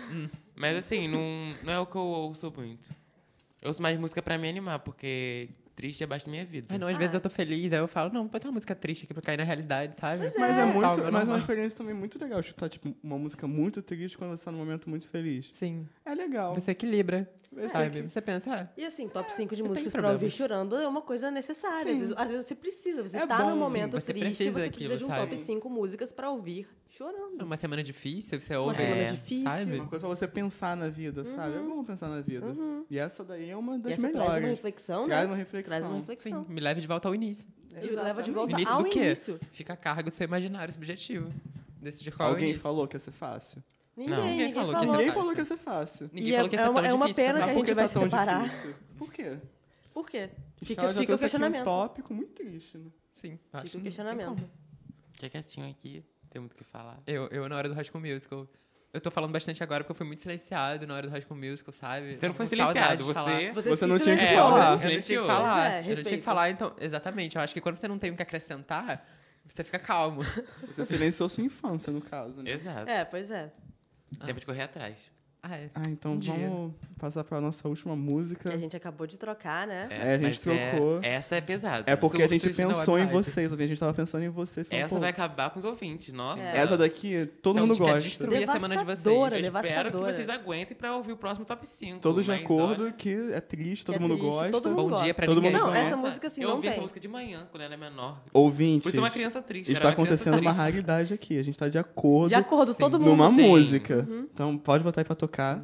Mas assim, não, não é o que eu ouço muito. Eu ouço mais música pra me animar, porque triste é abaixo da minha vida. Ai, não, às vezes eu tô feliz, aí eu falo, não, vou botar uma música triste aqui pra cair na realidade, sabe? Mas é, Tal, muito, meu mas é uma normal. experiência também muito legal escutar, tipo, uma música muito triste quando você tá num momento muito feliz. Sim, É legal. você equilibra, Você sabe? que- Você pensa, ah, E assim, top cinco de eu tenho músicas pra ouvir problemas. chorando é uma coisa necessária. Às Sim. vezes, às vezes você precisa, você É tá bom, num sim, momento você triste, precisa você daquilo, precisa de um sabe? top cinco músicas pra ouvir chorando. é uma semana difícil, você Uma ouve, semana é, difícil. sabe? Uma coisa pra você pensar na vida, sabe? É bom pensar na vida. E essa daí é uma E das essa traz uma melhores. reflexão, Traz né? uma reflexão. Traz uma Sim, reflexão. me leve de volta ao início. Te leva de volta Início ao do quê? início. Fica a cargo do seu imaginário subjetivo. Decidir qual é o Alguém início. falou que ia ser fácil? Ninguém, Não. ninguém, Ninguém falou falou. que ia ser Ninguém fácil. falou que ia ser fácil. Ninguém E falou é- que ia é ser uma- tão é uma difícil pena também. que a Por gente que vai tá se tão separar. difícil? Por quê? Por quê? Fica, Fica, já fica o trouxe aqui questionamento. um tópico muito triste, né? Sim, eu acho Fica o que não tem questionamento. como. Fica quietinho aqui, tem muito o que falar. Eu, eu, na hora do High School Musical, eu tô falando bastante agora porque eu fui muito silenciado na hora do High School Musical, sabe? Você não foi Com saudade silenciado, de falar. você... Você não se tinha que silenciou. falar. É, Eu não tinha silenciou. que falar. Pois é, eu não tinha que respeito. falar, então, exatamente. Eu acho que quando você não tem o que acrescentar, você fica calmo. Você silenciou sua infância, no caso, né? Exato. É, pois é. Tempo de correr atrás. Ah, é. Ah, então Um dia. vamos passar pra nossa última música. Que a gente acabou de trocar, né? É, a gente mas trocou. É, essa é pesada. É porque a gente Surtos na pensou em web. vocês, a gente tava pensando em você. falou, Essa pô, vai acabar com os ouvintes. Nossa. É. Essa daqui, todo A mundo gente quer gosta. destruir a semana de vocês. Devastadora, Eu espero que devastadora. vocês aguentem pra ouvir o próximo top cinco. Todos de mas acordo olha, que é triste, todo Que é mundo triste, gosta. todo mundo Bom gosta. dia pra Todo ninguém. mundo Não, conhece. essa música assim eu não ouvi essa tem. música de manhã, quando eu era menor. Ouvintes, Por ser uma criança triste. está era uma criança acontecendo uma triste. raridade aqui. A gente tá de acordo De acordo, Sim. todo mundo. numa Sim. música. Então pode botar aí pra tocar.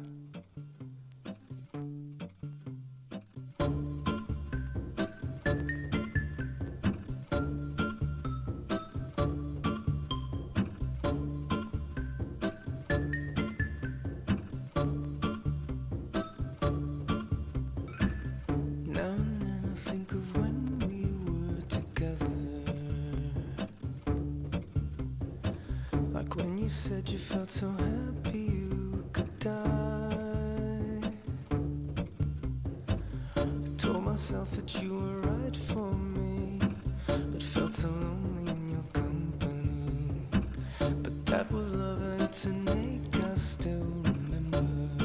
Now and then I think of when we were together. Like when you said you felt so happy you could die. I told myself that you were right for me, but felt so lonely in your company. But that was love and it's an ache I still remember.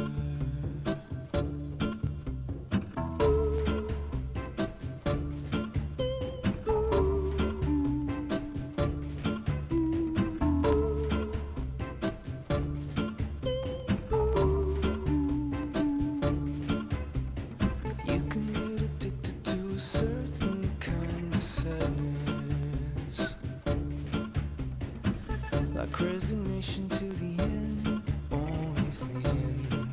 You can get addicted to a certain kind of sadness, like resignation to the end, always the end.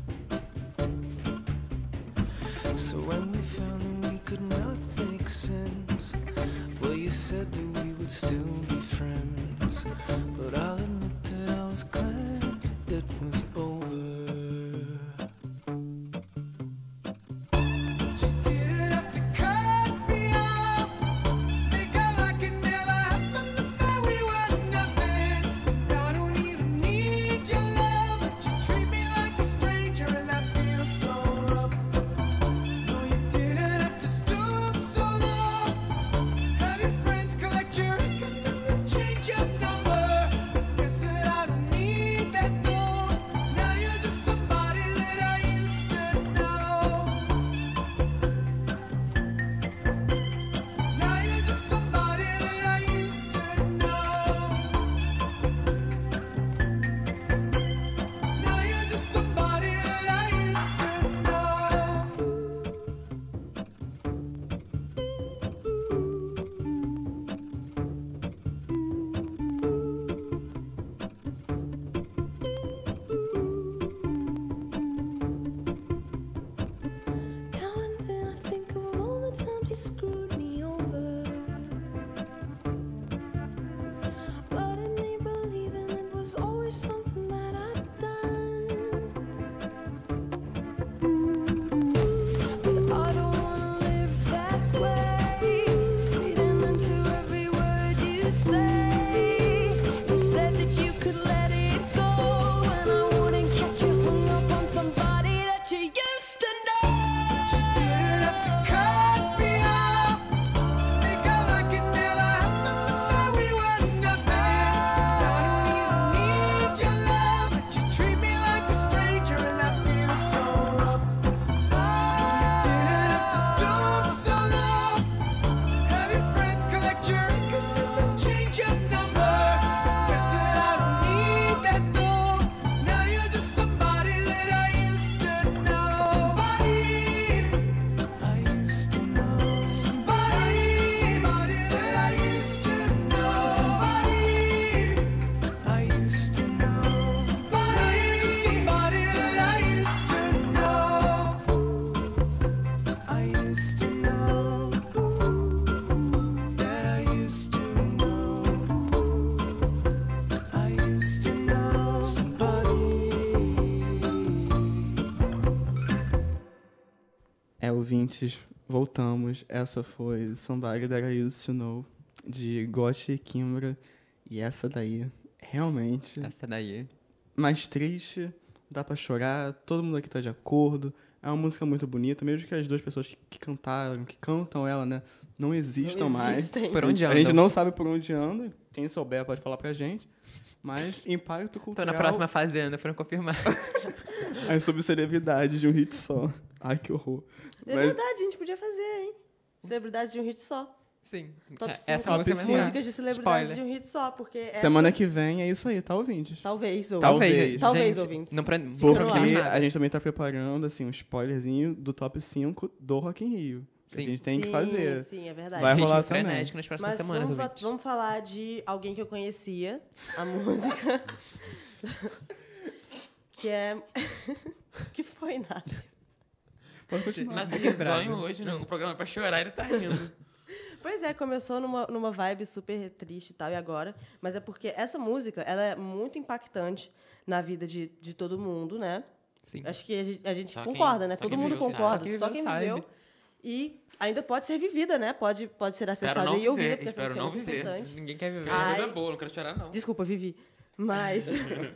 So when we found that we could not make sense, well, you said that we would still be friends. But I'll admit that I was glad it was over. You didn't have to cut me off, make out like it never happened, and that we were nothing. I don't even need your love, but you treat me like a stranger, and that feels so rough. No, you didn't have to stoop so low, have your friends collect your records and then change your number. Guess that I don't need that though. Now you're just somebody that I used to know. Now you're just somebody that I used to know. Now you're just somebody that I used to know. Now and then I think of all the times you screwed me over, but in me believing it was always something that I'd done. But I don't wanna live that way, reading into every word you say. You said that you could let it go, and I wouldn't catch you hung up on somebody that you used to know. You didn't have to cut me off, make out like it never happened, and that we were nothing. I don't even need your love, but you treat me like a stranger, and that feels so rough. You didn't have to stoop so low, have your friends collect your records and then change your number. Guess that I don't need that though. Now you're just somebody that I used to know. Somebody I used to know. Somebody, somebody that I used to know. Somebody I used to know. Somebody, just somebody that I used to know. I used to know. That I used to know. I used to know somebody. É, ouvintes, voltamos. Essa foi Somebody That I Used to Know, de Gotye e Kimbra. E essa daí, realmente, Essa daí. mais triste, dá pra chorar, todo mundo aqui tá de acordo. É uma música muito bonita, mesmo que as duas pessoas que, que cantaram, que cantam ela, né, não existam Não mais. existem. Por A onde gente, a andam? gente não sabe por onde anda. Quem souber pode falar pra gente. Mas impacto Tô cultural na próxima fazenda, foram confirmar. é sobre celebridade de um hit só. Ai, que horror. É Mas- verdade, a gente podia fazer, hein? Celebridade de um hit só. Sim. Top É- cinco Essa música é Top mais cinco. músicas de celebridades Spoiler. de um hit só, porque essa... Semana que vem é isso aí, tá, ouvintes? Talvez, ou... Talvez. Talvez. Talvez, gente, ouvintes. Não pra, no Porque ar. mais nada. a gente também tá preparando, assim, um spoilerzinho do top cinco do Rock in Rio. Que Sim. a gente tem que Sim, fazer. Sim, é verdade. Vai Ritmo rolar também. frenético nas próximas Mas semanas, vamos, fa- ouvintes. vamos falar de alguém que eu conhecia, a música. que é... que foi, Inácio? Pode continuar. Nossa, que sonho hoje, não. O programa é pra chorar, ele tá rindo. Pois é, começou numa, numa vibe super triste e tal, e agora... Mas é porque essa música, ela é muito impactante na vida de, de todo mundo, né? Sim. Acho que a gente, a gente Só quem- concorda, né? só Todo quem mundo viveu sabe. concorda, Só quem só viveu quem sabe. viveu. E ainda pode ser vivida, né? Pode, pode ser Espero acessada não e ouvida, viver, porque essa espero música é não muito viver. importante. Ninguém quer viver. Minha Ai. vida é boa, não quero chorar, não. Desculpa, Vivi. Mas.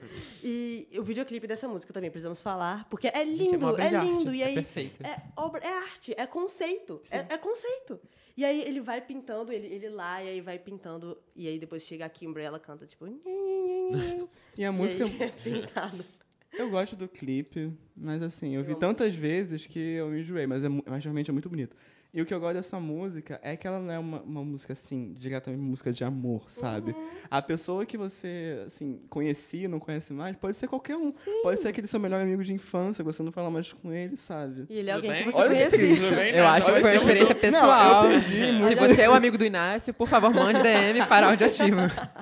E o videoclipe dessa música também precisamos falar, porque é Gente, é uma lindo, obra é de arte, lindo. E é aí. perfeito. É, obra, é arte, é conceito. É, é conceito. E aí ele vai pintando, ele, ele lá, e aí vai pintando. E aí depois chega a Kimber e ela canta, tipo. nhe, nhe, nhe, nhe. E a E música, aí é pintado. eu gosto do clipe, mas assim, eu vi amo. tantas vezes que eu me enjoei, mas, é, mu- mas realmente é muito bonito. E o que eu gosto dessa música é que ela não é uma, uma música, assim, diretamente uma música de amor, sabe? Uhum. A pessoa que você, assim, conhecia, não conhece mais, pode ser qualquer um. Pode ser aquele seu melhor amigo de infância, você não fala mais com ele, sabe? E ele é Tudo alguém bem? que você Olha que conhecia. triste. Tudo bem, Eu né? acho que Olha, foi uma temos- experiência Não, pessoal. eu perdi Se muito. você é o amigo do Inácio, por favor, mande D M para Audioativo.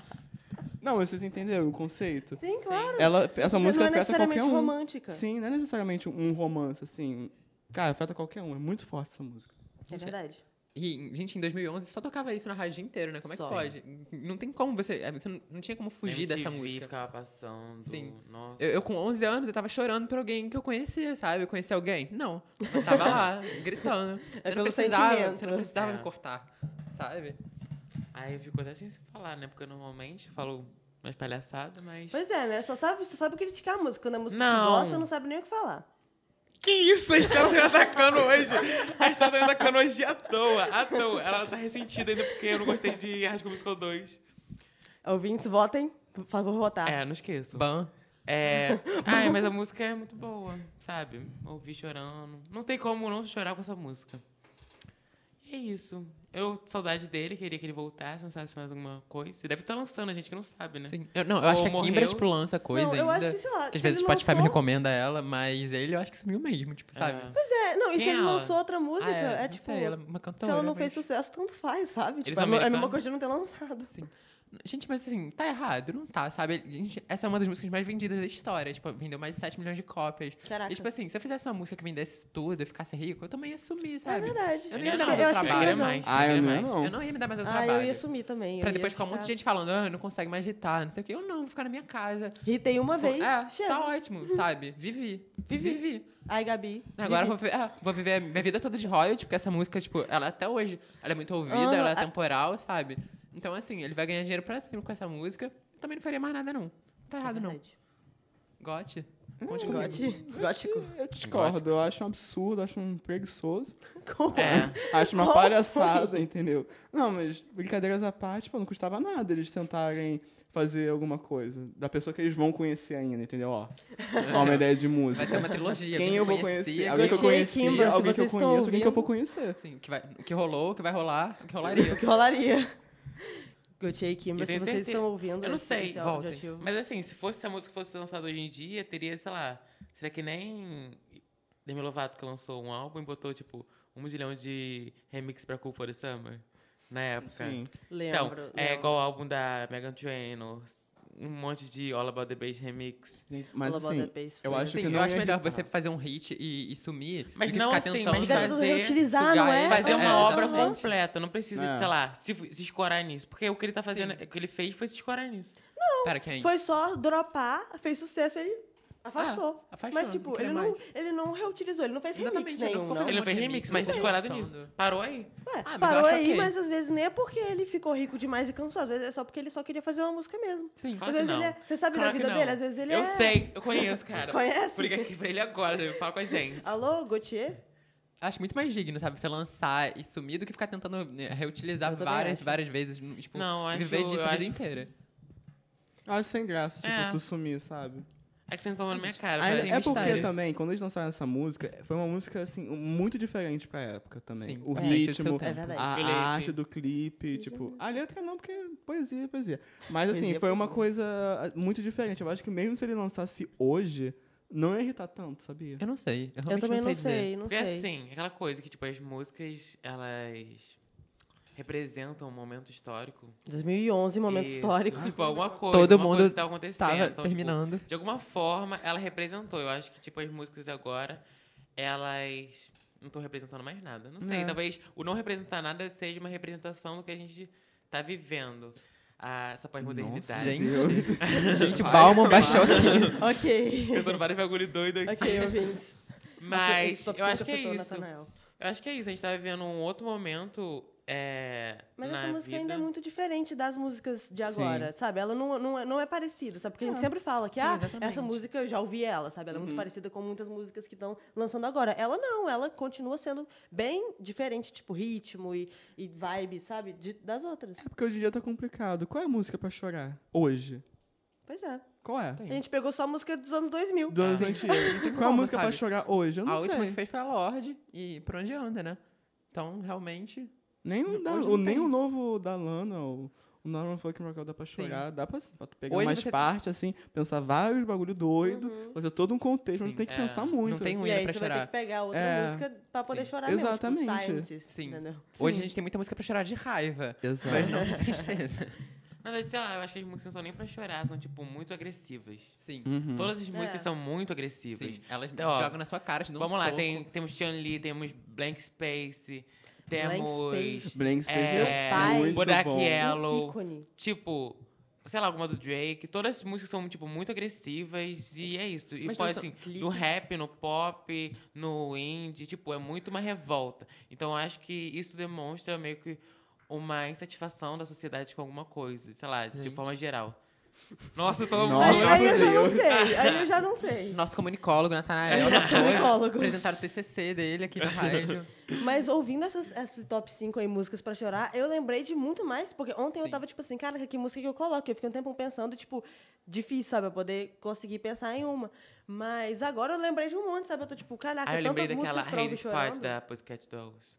Não, vocês entenderam o conceito? Sim, claro. Ela, essa Porque música não é afeta qualquer necessariamente um. romântica. Sim, não é necessariamente um romance, assim. Cara, afeta qualquer um. É muito forte essa música. É verdade. E, gente, em dois mil e onze só tocava isso na rádio o dia inteiro, né? Como é que Só. pode? Não tem como você... é, você não, não tinha como fugir dessa M T V música. ficava passando. Sim. Nossa. Eu, eu, com onze anos, eu tava chorando por alguém que eu conhecia, sabe? Eu conhecia alguém? Não. Eu tava lá, gritando. Você não pelo precisava, sentimento. você não precisava É. me cortar, sabe? Aí eu fico até sem se falar, né? Porque eu normalmente falo mais palhaçada, mas... Pois é, né? Só sabe, só sabe criticar a música. Quando a música que Não. gosta, não sabe nem o que falar. Que isso? A Estela tá me atacando hoje. A Estela tá me atacando hoje à toa. À toa. Ela tá ressentida ainda porque eu não gostei de High School Musical dois. Ouvintes, votem. Por favor, votar. É, não esqueço. Ban. É... Ai, mas a música é muito boa, sabe? Ouvi chorando. Não tem como não chorar com essa música. E é isso. Eu, saudade dele, queria que ele voltasse, não sabe se mais alguma coisa. Ele deve estar lançando, a gente que não sabe, né? Sim. Eu, não, eu acho Ou que a morreu. Kimber, tipo, lança coisa Não, eu ainda. acho que, sei lá, que às se vezes o ele Spotify me lançou- recomenda ela, mas ele eu acho que sumiu mesmo, tipo, sabe? É. Pois é, não, e se Quem é ele ela? lançou outra música, Ah, é, não tipo... sei, ela é uma cantora, se ela não fez realmente. sucesso, tanto faz, sabe? Tipo, são é a mesma americanos? coisa de não ter lançado. Sim. Gente, mas assim, tá errado? Não tá, sabe? Gente, essa é uma das músicas mais vendidas da história. Tipo, vendeu mais de sete milhões de cópias. Caraca. E, tipo assim, se eu fizesse uma música que vendesse tudo e ficasse rico, eu também ia sumir, É sabe? verdade. Eu não Ele ia é dar não, mais eu o acho que ele trabalho. queria razão. mais. Ah, ele eu queria não ia, mais. não. Eu não ia me dar mais o Ah, trabalho. eu ia sumir também. Pra eu depois ia ficar um monte de ficar- gente falando, ah, não consegue mais hitar, não sei o quê. Eu não, vou ficar na minha casa. Ritei uma vez, é, chega. tá ótimo, sabe? Vivi. Vivi. Vivi. Ai, Gabi. Agora eu Vivi. vou, vi- é, vou viver a minha vida toda de royalty, porque essa música, tipo, ela até hoje, ela é muito ouvida, Ah, ela é a- temporal, sabe? Então, assim, ele vai ganhar dinheiro pra sempre com essa música. Também não faria mais nada, não. Não tá errado, não. Verdade. Gote. Conte comigo. Gótico. Gótico. Eu discordo, eu acho um absurdo, acho um preguiçoso. Como? É. Acho uma Como? palhaçada, entendeu? Não, mas brincadeiras à parte, pô, não custava nada eles tentarem fazer alguma coisa. Da pessoa que eles vão conhecer ainda, entendeu? Ó, ó uma ideia de música. Vai ser uma trilogia. Quem alguém eu vou que conhecia, conhecer? Alguém que eu Gautier e conheci, Kimber, se alguém que eu vocês estão conheço, alguém que eu vou ouvindo. conhecer. Assim, o que, vai, o que rolou, o que vai rolar, o que rolaria. O que rolaria? Gautier e Kimber, Eu se tenho vocês certeza- estão ouvindo... Eu não esse- sei, esse voltem. audioativo. mas assim, se fosse se a música fosse lançada hoje em dia, teria, sei lá, será que nem Demi Lovato que lançou um álbum e botou, tipo, um zilhão de remix pra Cool for the Summer? Na época. Sim. Então, Lembro. é lembro. igual o álbum da Megan Trainor, um monte de All About the Bass remix. Gente, mas All About assim, the Bass eu foi- acho Sim, que eu não acho ia melhor irritar. você fazer um hit e, e sumir. Mas do que não ficar assim, tentando mas Deve tudo fazer- reutilizar, sugar não é? ele. Fazer É, uma obra exatamente. completa, não precisa, É. sei lá, se, se escorar nisso. Porque o que ele tá fazendo, o que ele fez foi se escorar nisso. Pera, quem? Foi só dropar, fez sucesso, ele Afastou. Ah, afastou, Mas, tipo, não ele queria não, mais. ele não reutilizou, ele não fez remix Exatamente, ele não nenhum, ficou não. fazendo Ele não fez remix, remix, mas tá não escorado fez nisso. lançando. Parou aí. Ué, Ah, mas eu parou acho aí, ok. mas às vezes nem é porque ele ficou rico demais e cansou. Às vezes é só porque ele só queria fazer uma música mesmo. Sim. Claro às que vezes não. ele é... Você sabe Claro da que vida não. dele? Às vezes ele eu é... sei, eu conheço, cara. Conhece? Por ligar aqui pra ele agora, ele fala com a gente. Alô, Gautier? Acho muito mais digno, sabe? Você lançar e sumir do que ficar tentando né, reutilizar Eu também várias, acho. várias vezes. Tipo, Não, eu viver acho- disso eu a vida acho- inteira. Eu acho sem graça, tipo, É. tu sumir, sabe? É que você não toma na minha cara. Aí, parece é porque mistério. também, quando eles lançaram essa música, foi uma música, assim, muito diferente pra época também. Sim, o à frente do ritmo, seu tempo. É verdade. a, Clipe. a arte do clipe, tipo... A letra não, porque poesia é poesia. Mas, assim, Poesia é foi uma poesia. coisa muito diferente. Eu acho que mesmo se ele lançasse hoje, não ia irritar tanto, sabia? Eu não sei. Eu Eu realmente também não sei não dizer. sei, não Porque sei. assim, aquela coisa que, tipo, as músicas, elas representam um momento histórico. dois mil e onze, momento Isso, histórico. Tipo, alguma coisa. Todo alguma mundo coisa que tava acontecendo. Tava Então, tipo, terminando. de alguma forma, ela representou. Eu acho que, tipo, as músicas agora, elas não estão representando mais nada. Não sei, É. talvez o não representar nada seja uma representação do que a gente tá vivendo. Ah, essa pós-modernidade. Gente, gente, Bauman baixou aqui. Ok. Pensando vários bagulho doido aqui. Ok, ouvintes. Mas Esse top eu acho cinco que é afetou o isso. Natanael. Eu acho que é isso. A gente tá vivendo um outro momento é, Mas na essa música vida. ainda é muito diferente das músicas de Sim. agora, sabe? Ela não, não, é, não é parecida, sabe? Porque a gente sempre fala que, Sim, ah, exatamente. essa música eu já ouvi ela, sabe? Ela é muito parecida com muitas músicas que estão lançando agora. Ela não, ela continua sendo bem diferente, tipo, ritmo e, e vibe, sabe? De- das outras. É porque hoje em dia tá complicado. Qual é a música pra chorar? Hoje. Pois é. Qual é? A gente pegou só a música dos anos dois mil. Dos anos antigos. Qual é a como, música pra sabe? chorar hoje? Eu não A sei. última que fez foi a Lorde e por onde anda, né? Então, realmente... Nem o, da, Hoje o, não nem tem. o novo da Lana, o, o Norman Fucking Rockwell dá pra chorar. Dá pra, pra tu pegar Hoje umas você- partes, assim, pensar vários bagulho doido, fazer todo um contexto, mas Sim. tu tem que É. pensar muito. Não tem um E hino aí pra você vai ter chorar. que pegar outra É. música pra poder Sim. chorar Exatamente. mesmo. Tipo, Scientist, Sim. entendeu? Hoje a gente tem muita música pra chorar de raiva. Exato. Mas não de tristeza. Na verdade, sei lá, eu acho que as músicas não são nem pra chorar, são, tipo, muito agressivas. Sim. Uhum. Todas as músicas É. são muito agressivas. Sim. Elas Então, ó, jogam na sua cara, te dão um Vamos lá, soco. tem, temos Chun-Li, temos Blank Space, Blank temos... Space. Blank Space É, é, pai. muito Bodak bom. Yellow. Ícone. Tipo, sei lá, alguma do Drake. Todas as músicas são, tipo, muito agressivas e é isso. E Mas pode, não assim, são- no rap, no pop, no indie, tipo, é muito uma revolta. Então, eu acho que isso demonstra meio que uma insatisfação da sociedade com alguma coisa. Sei lá, de Gente. forma geral. Nossa, eu tô... Nossa. Aí, aí eu já não Deus. sei, aí eu já não sei. Nosso comunicólogo, Natanael, nosso comunicólogo. apresentaram o T C C dele aqui na rádio. Mas ouvindo essas, esses top cinco aí, músicas pra chorar, eu lembrei de muito mais, porque ontem eu Sim. tava tipo assim, cara, que música que eu coloco? Eu fiquei um tempo pensando, tipo, difícil, sabe? Eu poder conseguir pensar em uma. Mas agora eu lembrei de um monte, sabe? Eu tô tipo, caraca, Ah, eu lembrei tantas daquela músicas pra Hate ouvir This Part chorando. da Pussycat Dolls.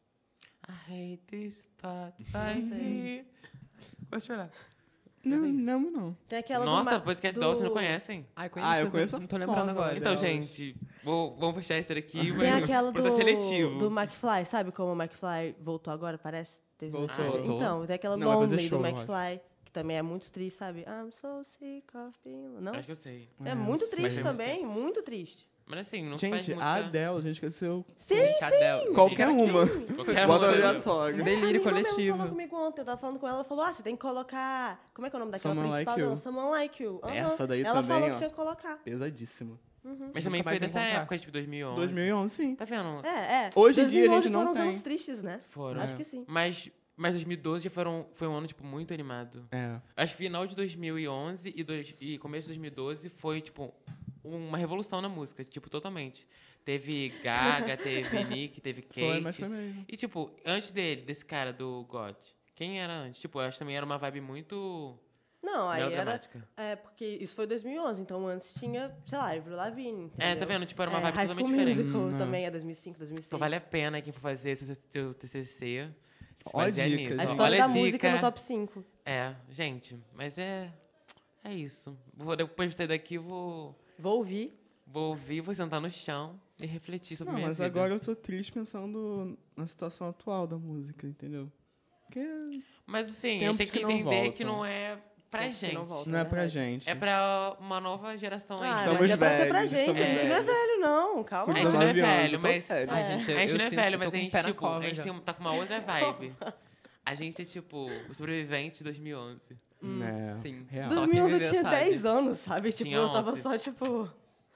I hate this part by me. Vou chorar. Não, não, não. Tem aquela do Nossa, Ma- Pussycat do... Dolls, vocês não conhecem? Ai, Ah, eu mas conheço Não, a tô lembrando famosa agora. Então, delas. gente, vou, vamos fechar isso daqui. Tem vai- aquela do, processo seletivo. do McFly, sabe como o McFly voltou agora, parece? Teve Voltou. notícia. Voltou. Então, tem aquela Não, vai fazer Lonely show, do eu acho. McFly, que também é muito triste, sabe? I'm so sick of being... Não? Acho que eu sei. É muito Mas triste tem também, muito triste. Mas assim, não se faz Gente, música... a Adele, a gente esqueceu Sim, Gente, Adele. qualquer Fica aqui. uma. Qualquer Bota uma. aleatório. Um delírio a minha irmã mesmo coletivo. falou comigo ontem, eu tava falando com ela, ela falou, ah, você tem que colocar... Como é que é o nome daquela Someone Like principal? You. dela? Someone Like You. Aham. Essa daí ela também, falou ó. que tinha que colocar. Pesadíssimo. Mas também Nunca foi mais dessa vou encontrar. época, tipo dois mil e onze. dois mil e onze, sim. Tá vendo? É, é. Hoje em dia a dois mil e onze gente não foram os tem. anos tristes, né? Foram. Acho que sim. Mas, mas dois mil e doze já foram, foi um ano, tipo, muito animado. É. Acho que final de dois mil e onze e, dois, e começo de dois mil e doze foi, tipo, uma revolução na música. Tipo, totalmente. Teve Gaga, teve Nick, teve Kate. Foi, mas foi mesmo. E, tipo, antes dele, desse cara do God, quem era antes? Tipo, eu acho que também era uma vibe muito Não, aí era... melodramática. É, porque isso foi dois mil e onze, então antes tinha, sei lá, Avril Lavigne, É, entendeu? tá vendo? Tipo, era uma É, vibe High School totalmente diferente. Musical Hum, também é dois mil e cinco, dois mil e seis. Então vale a pena quem for fazer esse seu T C C. se Olha basear dicas. nisso. A Olha história Olha da a música dica. no top cinco. É, gente, mas é. É isso. Vou, depois de sair daqui, vou, Vou ouvir. vou ouvir, vou sentar no chão e refletir sobre Não, minha mas vida. agora eu tô triste pensando na situação atual da música, entendeu? Porque Mas assim, a Tempos gente tem que que não entender voltam. que não é pra Tempos que gente. não voltam. não é pra verdade. gente. É pra uma nova geração aí. Ah, Estamos mas é pra ser pra velhos, gente. estamos A gente não é velhos. velho, não. Calma A aí. gente não é dezenove anos, velho, eu tô mas- velho. Ai, gente, eu, A gente eu não é sinto velho, que eu mas tô a com o gente, pé na tipo, cova a gente já. tem, tá com uma outra vibe. A gente é, tipo, o sobrevivente de dois mil e onze. É, Sim. real. Só dois quem mil eu viveu tinha sabe. dez anos, sabe? Tipo, Tinha eu tava onze. só, tipo...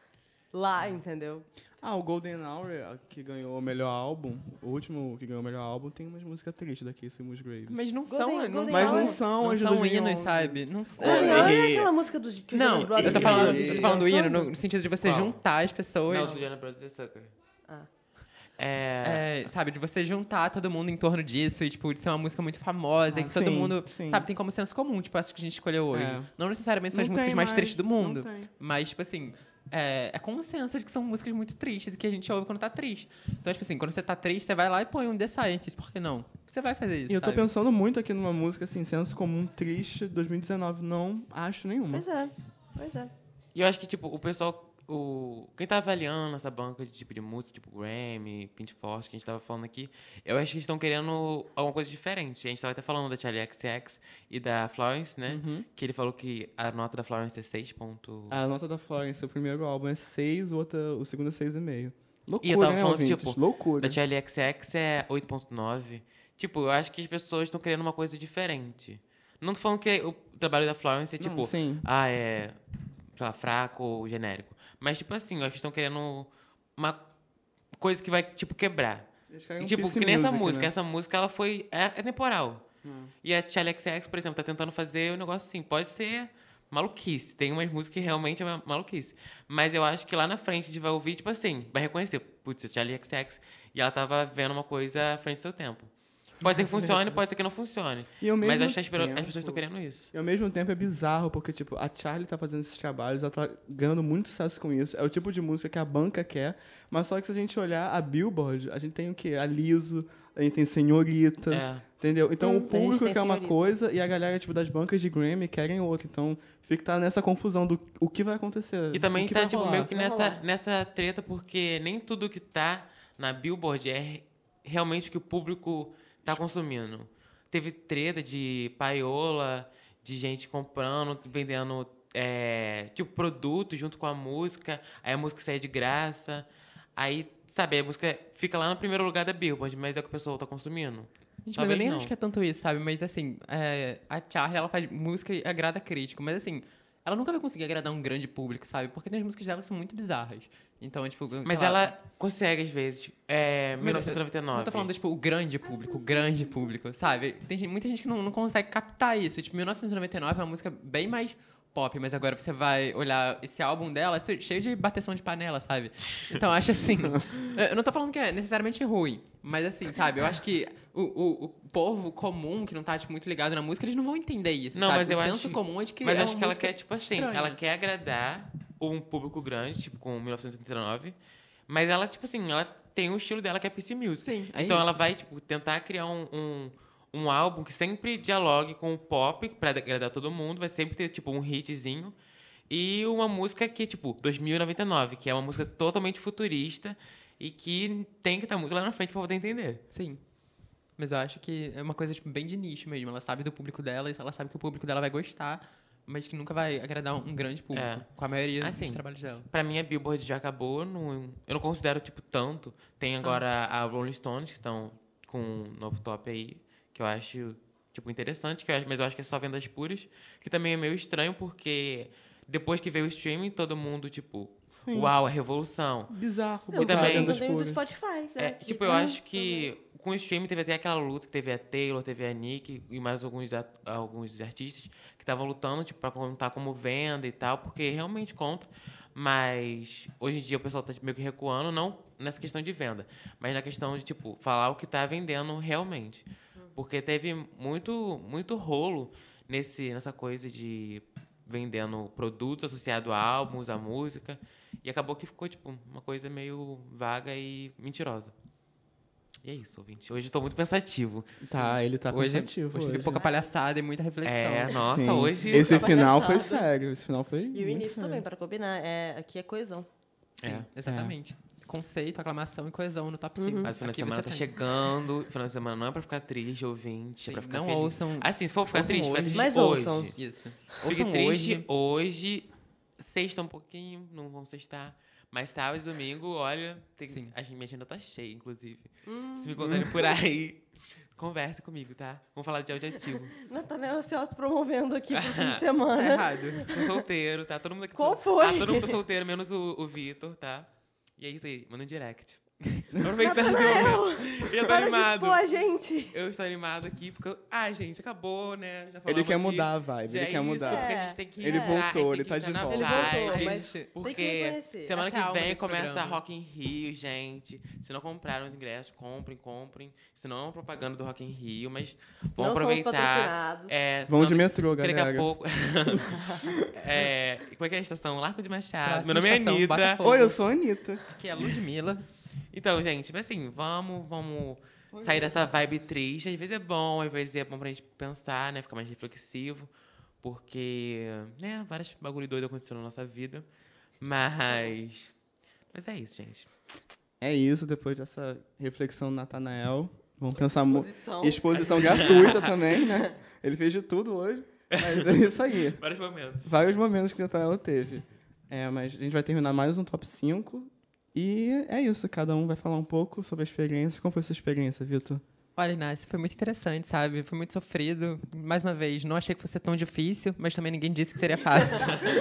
lá, entendeu? Ah, o Golden Hour, que ganhou o melhor álbum, o último que ganhou o melhor álbum, tem umas músicas tristes da Casey Musgraves. Mas não Golden- são, não, Golden Mas Hour. não são não as de são dois mil e hinos, onze. sabe? Não são. Golden Hour é e- aquela música dos que os Não, Jonas Brothers eu tô falando, e- eu tô falando do hino no, lançando? no sentido de você Qual? juntar as pessoas. Não, Juliana Brothers é Sucker. Ah. É... É, sabe, de você juntar todo mundo em torno disso e, tipo, de ser uma música muito famosa Ah, e que todo sim, mundo, sim. sabe, tem como senso comum, tipo, essa que a gente escolheu hoje. É. Não necessariamente são as Não músicas tem mais mais, tristes do mundo, não tem. mas, tipo assim, é, é consenso de que são músicas muito tristes e que a gente ouve quando tá triste. Então, tipo assim, quando você tá triste, você vai lá e põe um The Scientist, por que não? Você vai fazer isso, E eu tô sabe? pensando muito aqui numa música, assim, senso comum, triste, dois mil e dezenove. Não acho nenhuma. Pois é, pois é. E eu acho que, tipo, o pessoal... O... Quem tá avaliando essa banca de tipo de música, tipo Grammy, Pitchfork, que a gente tava falando aqui, eu acho que eles estão querendo alguma coisa diferente. A gente tava até falando da Charli X C X e da Florence, né? Uhum. Que ele falou que a nota da Florence é seis ponto... A nota da Florence, o primeiro álbum é seis, o, outra, o segundo é seis e meio. Loucura, E eu tava né, falando que, ouvintes? tipo, Loucura. Da Charli X C X é oito ponto nove. Tipo, eu acho que as pessoas estão querendo uma coisa diferente. Não tô falando que o trabalho da Florence é, Não, tipo... sim. Ah, é... Sei lá, fraco ou genérico. Mas, tipo assim, eu acho que estão querendo uma coisa que vai, tipo, quebrar. Eles querem E, um tipo, peace que nem essa music, música. né? Essa música, ela foi... É, é temporal. Hum. E a Charli X C X, por exemplo, tá tentando fazer um negócio assim. Pode ser maluquice. Tem umas músicas que realmente é ma- maluquice. Mas eu acho que lá na frente a gente vai ouvir, tipo assim, vai reconhecer. Putz, a Charli X C X. E ela tava vendo uma coisa à frente do seu tempo. Pode ser que funcione, pode ser que não funcione. E ao Mas mesmo acho que as, espero- as tempo- pessoas estão querendo isso. E ao mesmo tempo é bizarro, porque, tipo, a Charlie tá fazendo esses trabalhos, ela tá ganhando muito sucesso com isso. É o tipo de música que a banca quer, mas só que se a gente olhar a Billboard, a gente tem o quê? A Liso, a gente tem Senhorita, É. entendeu? Então Hum, o a gente público tem quer uma Senhorita. coisa e a galera, tipo, das bancas de Grammy querem outra. Então fica tá nessa confusão do o que vai acontecer. E também o que tá, vai tipo, rolar. meio que Vai nessa, rolar. nessa treta, porque nem tudo que tá na Billboard é re- realmente o que o público tá consumindo. Teve treta de paiola, de gente comprando, vendendo, é, tipo, produto junto com a música, aí a música sai de graça. Aí, sabe, a música fica lá no primeiro lugar da Billboard, mas é o que o pessoal tá consumindo. Gente, mas Talvez eu nem não. acho que é tanto isso, sabe? Mas, assim, é, a Charlie, ela faz música e agrada crítico. Mas, assim, ela nunca vai conseguir agradar um grande público, sabe? Porque tem as músicas dela que são muito bizarras. Então, tipo... sei Mas lá, ela consegue, às vezes. É, Mas mil novecentos e noventa e nove. Não tô falando, tipo, o grande público, o grande público, sabe? Tem gente- muita gente que não, não consegue captar isso. Tipo, mil novecentos e noventa e nove é uma música bem mais pop, mas agora você vai olhar esse álbum dela, é cheio de bateção de panela, sabe? Então, eu acho assim... eu não tô falando que é necessariamente ruim, mas assim, sabe? Eu acho que o, o, o povo comum, que não tá, tipo, muito ligado na música, eles não vão entender isso, Não, sabe? mas eu o acho- senso comum é de que Mas é acho uma que ela música quer, tipo assim, estranha. ela quer agradar um público grande, tipo, com mil novecentos e oitenta e nove. Mas ela, tipo assim, ela tem um estilo dela que é P C Music. Sim, é então isso. ela vai, tipo, tentar criar um, um, um álbum que sempre dialogue com o pop, pra agradar todo mundo. Vai sempre ter, tipo, um hitzinho. E uma música que, tipo, dois mil e noventa e nove, que é uma música totalmente futurista e que tem que estar muito lá na frente pra poder entender. Sim. Mas eu acho que é uma coisa, tipo, bem de nicho mesmo. Ela sabe do público dela e ela sabe que o público dela vai gostar, mas que nunca vai agradar um grande público. É. Com a maioria Assim, dos trabalhos dela. Pra mim, a Billboard já acabou. Não, eu não considero, tipo, tanto. Tem agora a Rolling Stones, que estão com um novo top aí, que eu acho, tipo, interessante, que eu acho- mas eu acho que é só vendas puras, que também é meio estranho, porque depois que veio o streaming, todo mundo, tipo, uau, a revolução. Bizarro. Eu também- botar também vendas do, do puras. Spotify, né? É, que tipo, eu tá acho que com o streaming teve até aquela luta que teve a Taylor, teve a Nick e mais alguns, at- alguns artistas que estavam lutando, tipo, pra contar como venda e tal, porque realmente conta. Mas hoje em dia o pessoal tá meio que recuando, não nessa questão de venda, mas na questão de, tipo, falar o que tá vendendo realmente. Porque teve muito, muito rolo nesse, nessa coisa de vendendo produtos associados a álbuns, a música. E acabou que ficou, tipo, uma coisa meio vaga e mentirosa. E é isso, ouvinte. Hoje eu tô muito pensativo. Tá, ele tá Hoje, pensativo. hoje teve hoje. pouca palhaçada e muita reflexão. É, nossa, Sim. hoje... Esse Tá final foi palhaçada. sério. Esse final foi. E o muito início sério. também, para combinar. É, aqui é coesão. Sim, É. exatamente. Conceito, aclamação e coesão no top cinco. Mas o final de Aqui semana você tá tem. chegando. O final de semana não é pra ficar triste, ouvinte. Sim, é pra ficar não feliz. ouçam- Assim, se for ficar ouçam triste, fica hoje. triste Mas hoje. ouçam. Isso. Fique Ouçam triste hoje. hoje. Sexta um pouquinho, não vão sextar. Mas sábado e domingo, olha, tem, Sim. a minha agenda tá cheia, inclusive. Se me contarem por aí converse comigo, tá? Vamos falar de audioativo. Natanael se autopromovendo aqui pro fim de Tá semana. errado. Sou solteiro, tá? Todo mundo aqui. Qual foi? Ah, todo mundo solteiro, menos o, o Vitor, tá? E é isso aí, manda um direct. Aproveitar esse momento. Eu tô Para de animado. expor a gente. Eu estou animado aqui, porque... Ai, gente, acabou, né? Já Ele falamos quer aqui. mudar a vibe, Já ele é quer isso, mudar. porque a gente tem que Ele entrar, voltou, a gente tem ele que tá entrar de na volta. Ele vibe, voltou, mas Porque tem que reconhecer. semana Essa é a que alma vem desse começa programa. Rock in Rio, gente. Se não compraram os ingressos, comprem, comprem. Isso não é uma propaganda do Rock in Rio, mas vamos Não somos aproveitar. patrocinados. É, Vão de senão- metrô, porque Daqui a galera. pouco... é, como é que é a estação? Largo de Machado. Próxima Meu nome é estação, Anitta. Botafogo. Oi, eu sou a Anitta. Que é a Ludmilla. Então, gente, mas assim, vamos, vamos sair dessa vibe triste. Às vezes é bom, às vezes é bom pra gente pensar, né? Ficar mais reflexivo. Porque, né, vários bagulho doido aconteceram na nossa vida. Mas... Mas é isso, gente. É isso, depois dessa reflexão do Natanael. Vamos pensar muito. Exposição. Exposição gratuita também, né? Ele fez de tudo hoje. Mas é isso aí. Vários momentos. Vários momentos que o Natanael teve. É, mas a gente vai terminar mais um top cinco. E é isso, cada um vai falar um pouco sobre a experiência. Como foi a sua experiência, Vitor? Olha, Inácio, foi muito interessante, sabe? Foi muito sofrido. Mais uma vez, não achei que fosse tão difícil, mas também ninguém disse que seria fácil.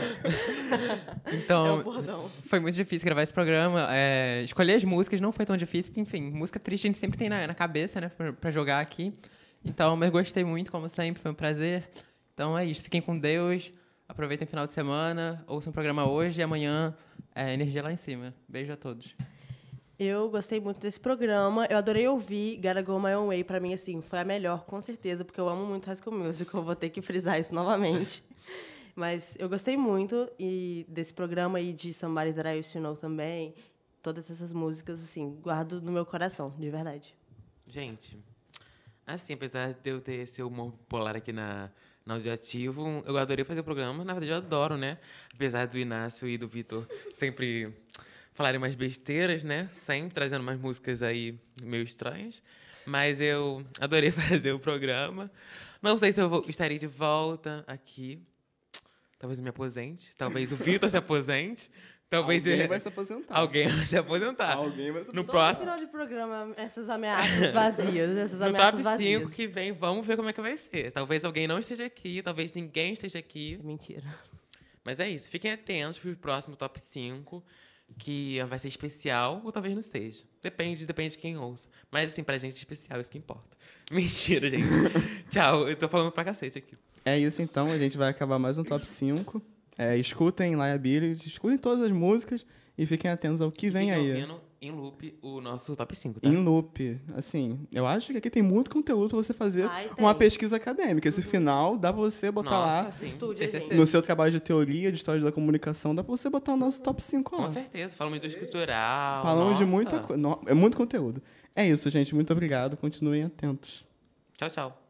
É o Então, bordão. foi muito difícil gravar esse programa. É, escolher as músicas não foi tão difícil, porque, enfim, música triste a gente sempre tem na, na cabeça, né, pra, pra jogar aqui. Então, mas gostei muito, como sempre, foi um prazer. Então é isso, fiquem com Deus, aproveitem o final de semana, ouçam o programa hoje e amanhã é energia lá em cima. Beijo a todos. Eu gostei muito desse programa. Eu adorei ouvir Gotta Go My Own Way. Pra mim, assim, foi a melhor, com certeza, porque eu amo muito High School Musical. Eu vou ter que frisar isso novamente. Mas eu gostei muito e desse programa e de Somebody That I Used to Know também. Todas essas músicas, assim, guardo no meu coração, de verdade. Gente, assim, apesar de eu ter esse humor polar aqui na, na Audioativo, eu adorei fazer o programa. Na verdade, eu adoro, né? Apesar do Inácio e do Vitor sempre falarem umas besteiras, né? Sempre trazendo umas músicas aí meio estranhas. Mas eu adorei fazer o programa. Não sei se eu vou, estarei de volta aqui. Talvez eu me aposente. Talvez o Vitor se aposente. Talvez Alguém ele- vai se aposentar. Alguém vai se aposentar. Alguém vai se No Todo próximo, final de programa, essas ameaças vazias, essas no ameaças top vazias. cinco que vem, vamos ver como é que vai ser. Talvez alguém não esteja aqui, talvez ninguém esteja aqui. Mentira. Mas é isso. Fiquem atentos pro próximo top cinco, que vai ser especial ou talvez não seja. Depende, depende de quem ouça. Mas, assim, pra gente é especial, isso que importa. Mentira, gente. Tchau. Eu tô falando pra cacete aqui. É isso, então. A gente vai acabar mais um top cinco. É, escutem Liability, escutem todas as músicas e fiquem atentos ao que vem Fiquem aí. ouvindo em loop o nosso top cinco, tá? Em loop. Assim, eu acho que aqui tem muito conteúdo pra você fazer Ai, tem. uma pesquisa acadêmica. Esse final dá pra você botar Nossa, lá sim. Estude a Esse é gente. no seu trabalho de teoria, de história da comunicação, dá pra você botar o nosso top cinco lá. Com certeza. Falamos de cultural. Falamos de nossa. muita coisa. É muito conteúdo. É isso, gente. Muito obrigado. Continuem atentos. Tchau, tchau.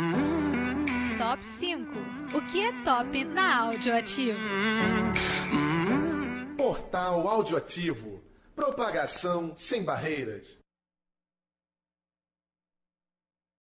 Top cinco. O que é top na Audioativo? Portal Audioativo. Propagação sem barreiras.